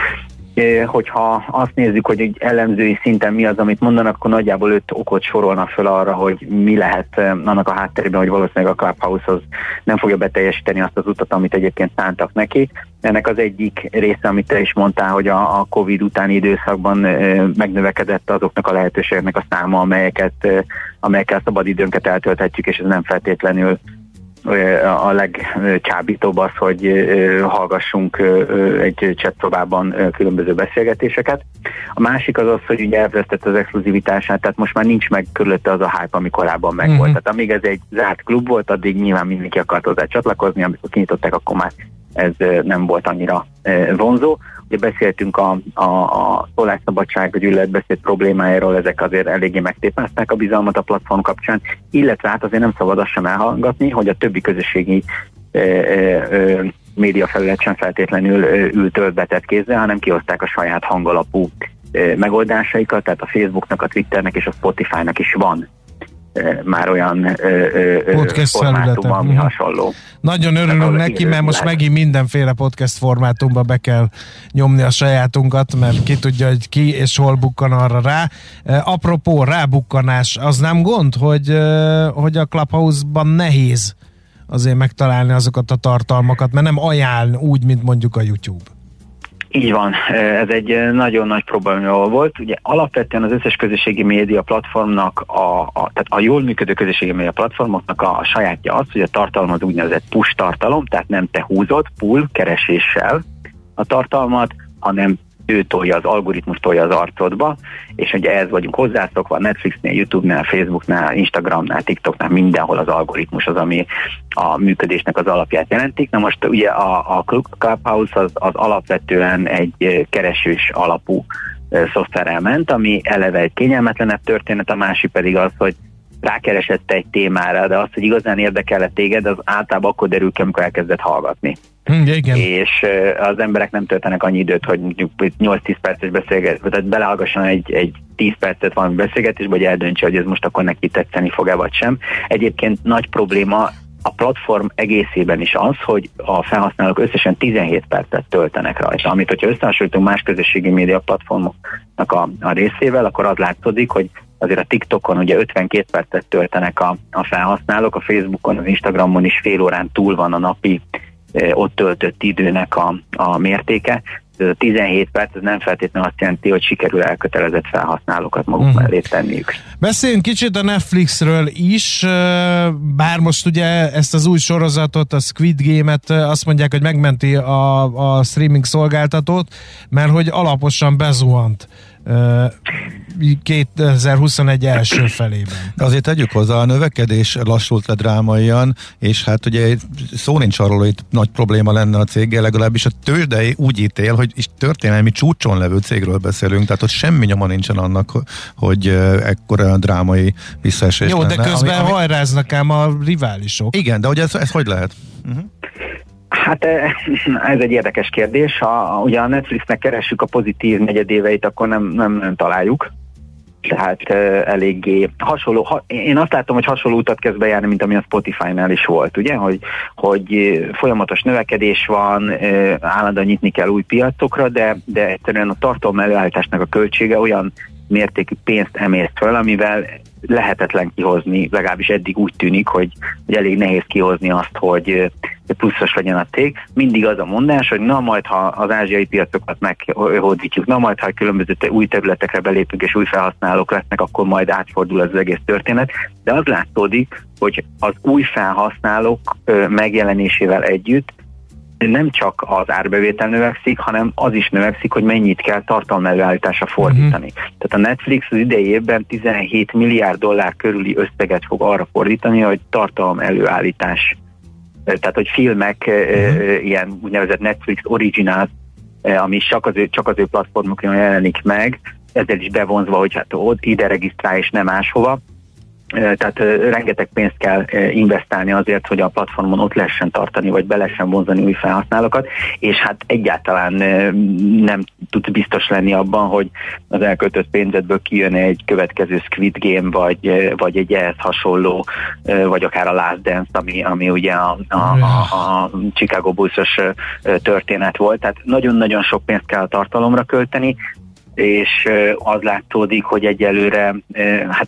Hogyha azt nézzük, hogy egy elemzői szinten mi az, amit mondanak, akkor nagyjából 5 okot sorolnak fel arra, hogy mi lehet annak a hátterében, hogy valószínűleg a Clubhouse-hoz nem fogja beteljesíteni azt az utat, amit egyébként szántak neki. Ennek az egyik része, amit te is mondtál, hogy a Covid utáni időszakban megnövekedett azoknak a lehetőségeknek a száma, amelyekkel szabad időnket eltölthetjük, és ez nem feltétlenül a legcsábítóbb az, hogy hallgassunk egy chatszobában különböző beszélgetéseket. A másik az az, hogy ugye elvesztett az exkluzivitását, tehát most már nincs meg körülötte az a hype, ami korábban megvolt. Tehát amíg ez egy zárt klub volt, addig nyilván mindenki akart hozzá csatlakozni, amikor kinyitották, akkor már ez nem volt annyira vonzó. Ugye beszéltünk a szólásszabadság, a gyűlöletbeszéd problémájáról, ezek azért eléggé megtépázták a bizalmat a platform kapcsán, illetve hát azért nem szabad azt sem elhallgatni, hogy a többi közösségi médiafelület sem feltétlenül ült ölbetett kézzel, hanem kihozták a saját hangalapú megoldásaikat, tehát a Facebooknak, a Twitternek és a Spotify-nak is van már olyan formátum, ami hasonló. Nagyon örülünk neki, mert most megint mindenféle podcast formátumba be kell nyomni a sajátunkat, mert ki tudja, hogy ki és hol bukkan arra rá. Apropó rábukkanás, az nem gond, hogy a Clubhouse-ban nehéz azért megtalálni azokat a tartalmakat, mert nem ajánl úgy, mint mondjuk a YouTube. Így van, ez egy nagyon nagy probléma volt. Ugye alapvetően az összes közösségi média platformnak, tehát a jól működő közösségi média platformoknak a sajátja az, hogy a tartalom az úgynevezett push tartalom, tehát nem te húzod pull kereséssel a tartalmat, hanem ő tolja, az algoritmus tolja az arcodba, és ugye ehhez vagyunk hozzászokva, Netflixnél, YouTube-nál, Facebooknál, Instagramnál, TikToknál, mindenhol az algoritmus az, ami a működésnek az alapját jelentik. Na most ugye a Clubhouse az alapvetően egy keresős alapú szoftverrel ment, ami eleve egy kényelmetlenebb történet, a másik pedig az, hogy rákeresett egy témára, de az, hogy igazán érdekel téged, az általában akkor derül ki, amikor elkezdett hallgatni. Igen. És az emberek nem töltenek annyi időt, hogy mondjuk 8-10 perces beszélgetés, tehát belehallgasson egy 10 percet valami beszélgetésbe, hogy eldöntse, hogy ez most akkor neki tetszeni fog-e vagy sem. Egyébként nagy probléma a platform egészében is az, hogy a felhasználók összesen 17 percet töltenek rajta, amit hogyha összehasonlítunk más közösségi média platformoknak a részével, akkor az látszódik, hogy azért a TikTokon ugye 52 percet töltenek a felhasználók, a Facebookon, az Instagramon is fél órán túl van a napi ott töltött időnek a mértéke. Ez a 17 perc, ez nem feltétlenül azt jelenti, hogy sikerül elkötelezett felhasználókat maguk mellé tenniük. Beszéljünk kicsit a Netflixről is, bár most ugye ezt az új sorozatot, a Squid Game-et azt mondják, hogy megmenti a streaming szolgáltatót, mert hogy alaposan bezuhant 2021 első felében. Azért tegyük hozzá, a növekedés lassult le drámaian, és hát ugye szó nincs arról, hogy nagy probléma lenne a céggel, legalábbis a tőzsdei úgy ítél, hogy is történelmi csúcson levő cégről beszélünk, tehát ott semmi nyoma nincsen annak, hogy ekkora drámai visszaesés lenne. Jó, de közben ami hajráznak ám a riválisok. Igen, de ugye ez hogy lehet? Hát ez egy érdekes kérdés. Ugye a Netflixnek keressük a pozitív negyedéveit, akkor nem találjuk. Tehát eléggé hasonló, én azt látom, hogy hasonló utat kezd bejárni, mint ami a Spotify-nál is volt, ugye? Hogy folyamatos növekedés van, állandóan nyitni kell új piacokra, de egyszerűen a tartalom előállításnak a költsége olyan mértékű pénzt emészt föl, amivel lehetetlen kihozni, legalábbis eddig úgy tűnik, hogy elég nehéz kihozni azt, hogy pluszos legyen a cég. Mindig az a mondás, hogy na majd, ha az ázsiai piacokat meghódítjuk, na majd, ha különböző új területekre belépünk és új felhasználók lesznek, akkor majd átfordul az egész történet. De az látszódik, hogy az új felhasználók megjelenésével együtt nem csak az árbevétel növekszik, hanem az is növekszik, hogy mennyit kell tartalom előállításra fordítani. Tehát a Netflix az idei évben 17 milliárd dollár körüli összeget fog arra fordítani, hogy tartalom előállítás, tehát hogy filmek, ilyen úgynevezett Netflix Originals, ami csak az ő platformokon jelenik meg, ezzel is bevonzva, hogy hát ide regisztrál és nem máshova. Tehát rengeteg pénzt kell investálni azért, hogy a platformon ott lehessen tartani, vagy be lehessen vonzani új felhasználókat, és hát egyáltalán nem tud biztos lenni abban, hogy az elköltött pénzedből kijön egy következő Squid Game, vagy egy ehhez hasonló, vagy akár a Last Dance, ami ugye a Chicago Bulls-os történet volt. Tehát nagyon-nagyon sok pénzt kell a tartalomra költeni, és az látszódik, hogy egyelőre hát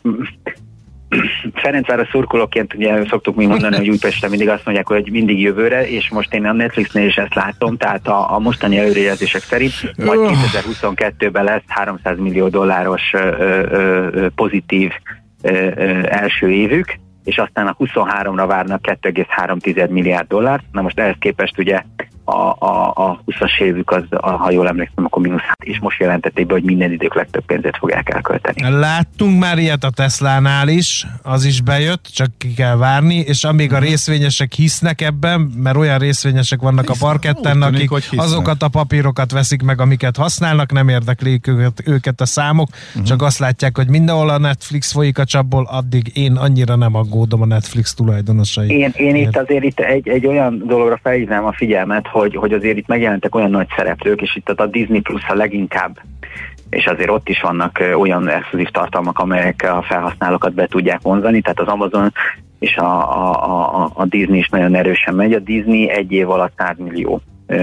Ferencváros szurkolóként ugye szoktuk mi mondani, hogy Újpesten mindig azt mondják, hogy mindig jövőre, és most én a Netflixnél is ezt látom, tehát a mostani előrejelzések szerint majd 2022-ben lesz 300 millió dolláros pozitív első évük, és aztán a 23-ra várnak 2,3 milliárd dollárt. Na most ehhez képest ugye a 20-as évük az, ha jól emlékszem, akkor mínusz, és most jelentették be, hogy minden idők legtöbb pénzét fogják elkölteni. Láttunk már ilyet a Teslánál is, az is bejött, csak ki kell várni, és amíg a részvényesek hisznek ebben, mert olyan részvényesek vannak a parketten, akik azokat a papírokat veszik meg, amiket használnak, nem érdeklik őket a számok, csak azt látják, hogy mindenhol a Netflix folyik a csapból, addig én annyira nem aggódom a Netflix tulajdonosai. Én itt egy olyan dologra felhívnám a figyelmet, hogy azért itt megjelentek olyan nagy szereplők, és itt a Disney Plus a leginkább, és azért ott is vannak olyan exkluzív tartalmak, amelyek a felhasználókat be tudják vonzani, tehát az Amazon és a Disney is nagyon erősen megy. A Disney egy év alatt 100 millió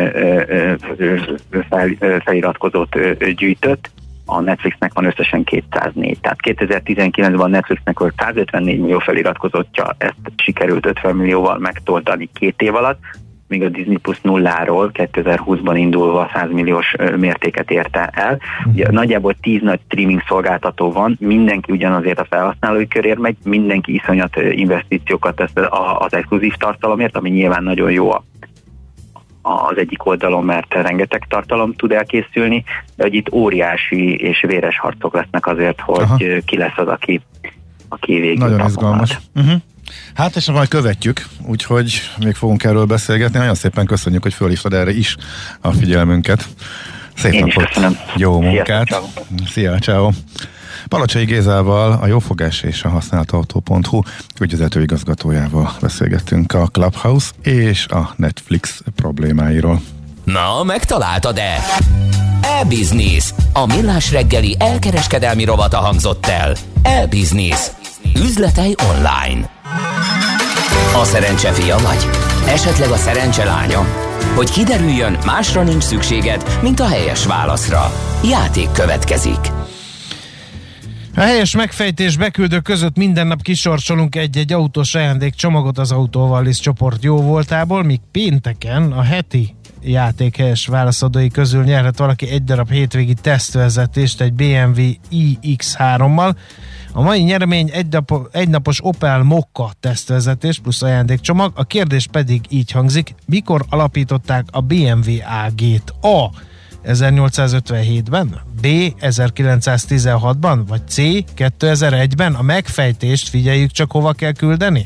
feliratkozót gyűjtött, a Netflixnek van összesen 204. Tehát 2019-ben a Netflixnek volt 154 millió feliratkozottja, ezt sikerült 50 millióval megtoltani 2 év alatt, míg a Disney Plus nulláról 2020-ban indulva 100 milliós mértéket érte el. Ugye, nagyjából 10 nagy streaming szolgáltató van, mindenki ugyanazért a felhasználói körért megy, mindenki iszonyat investíciókat tesz az exkluzív tartalomért, ami nyilván nagyon jó az egyik oldalon, mert rengeteg tartalom tud elkészülni, de hogy itt óriási és véres harcok lesznek azért, hogy ki lesz az, aki végül nagyon izgalmas. Hát és majd követjük, úgyhogy még fogunk erről beszélgetni. Nagyon szépen köszönjük, hogy fölhívtad erre is a figyelmünket. Szép napot, jó munkát. Szia, ciao. Palacsai Gézával, a Jófogás és a használtautó.hu ügyvezető igazgatójával beszélgettünk a Clubhouse és a Netflix problémáiról. Na, megtaláltad-e? E-Business. A millás reggeli elkereskedelmi rovata hangzott el. E-Business. Üzletei online. A szerencse fia vagy? Esetleg a szerencse lánya? Hogy kiderüljön, másra nincs szükséged, mint a helyes válaszra. Játék következik. A helyes megfejtés beküldő között minden nap kisorsolunk egy-egy autós ajándékcsomagot az Autóvallis csoport jó voltából, míg pénteken a heti játék helyes válaszadói közül nyerhet valaki egy darab hétvégi tesztvezetést egy BMW iX3-mal. A mai nyeremény egynapos Opel Mokka tesztvezetés plusz ajándékcsomag. A kérdés pedig így hangzik: mikor alapították a BMW AG-t? A. 1857-ben, B. 1916-ban, vagy C. 2001-ben? A megfejtést figyeljük csak, hova kell küldeni?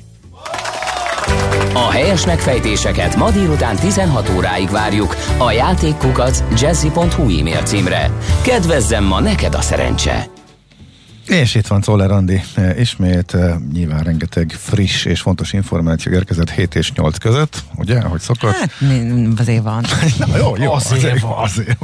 A helyes megfejtéseket ma délután 16 óráig várjuk a játékkukac@jazzy.hu e-mail címre. Kedvezzem ma neked a szerencse! És itt van Czoller Andi ismét, nyilván rengeteg friss és fontos információ érkezett 7 és 8 között, ugye, ahogy szokott? Hát azért van. Na, jó, azért van.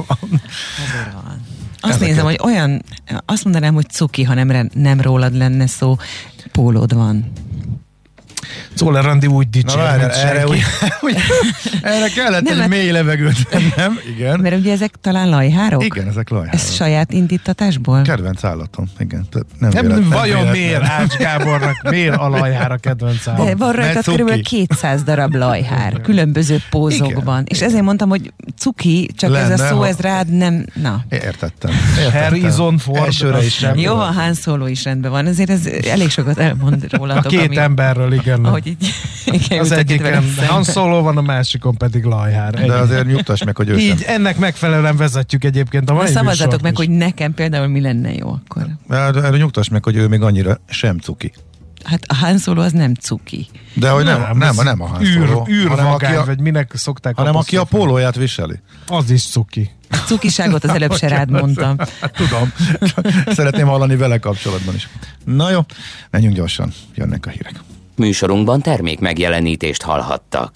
Azt nézem, hogy olyan, azt mondanám, hogy cuki, ha nem rólad lenne szó, pólód van. Czoller Andi úgy dicsér, mint senki. Erre kellett egy mély levegőt vennem, igen. Mert ugye ezek talán lajhárok? Igen, ezek lajhárok. Ez saját indítatásból? Kedvenc állatom, igen. Vajon miért Ács Gábornak, miért a lajhár a kedvenc állat? De van rajta kb. 200 darab lajhár, különböző pózokban. Igen, és ezért mondtam, hogy cuki, csak lenne, ez a szó, ez rád nem... Na. Értettem. Harrison Ford is sem. Jó, a Han Solo is rendben van, ezért ez elég sokat elmond rólatok. A két emberről, igen. Ahogy így, az egyiken Han Solo van, a másikon pedig lajhár. De azért nyugtass meg, hogy ő így sem. Ennek megfelelően vezetjük egyébként a mai szavazzatok meg, hogy nekem például mi lenne jó akkor. Erről nyugtass meg, hogy ő még annyira sem cuki. Hát a Han Solo az nem cuki. De hogy nem a Han Solo. Űrvagány, vagy minek szokták. Hanem aki a pólóját viseli. Az is cuki. A cukiságot az előbb se rád mondtam. Tudom. Szeretném hallani vele kapcsolatban is. Na jó, menjünk gyorsan. Jönnek a hírek. Műsorunkban termék megjelenítést hallhattak.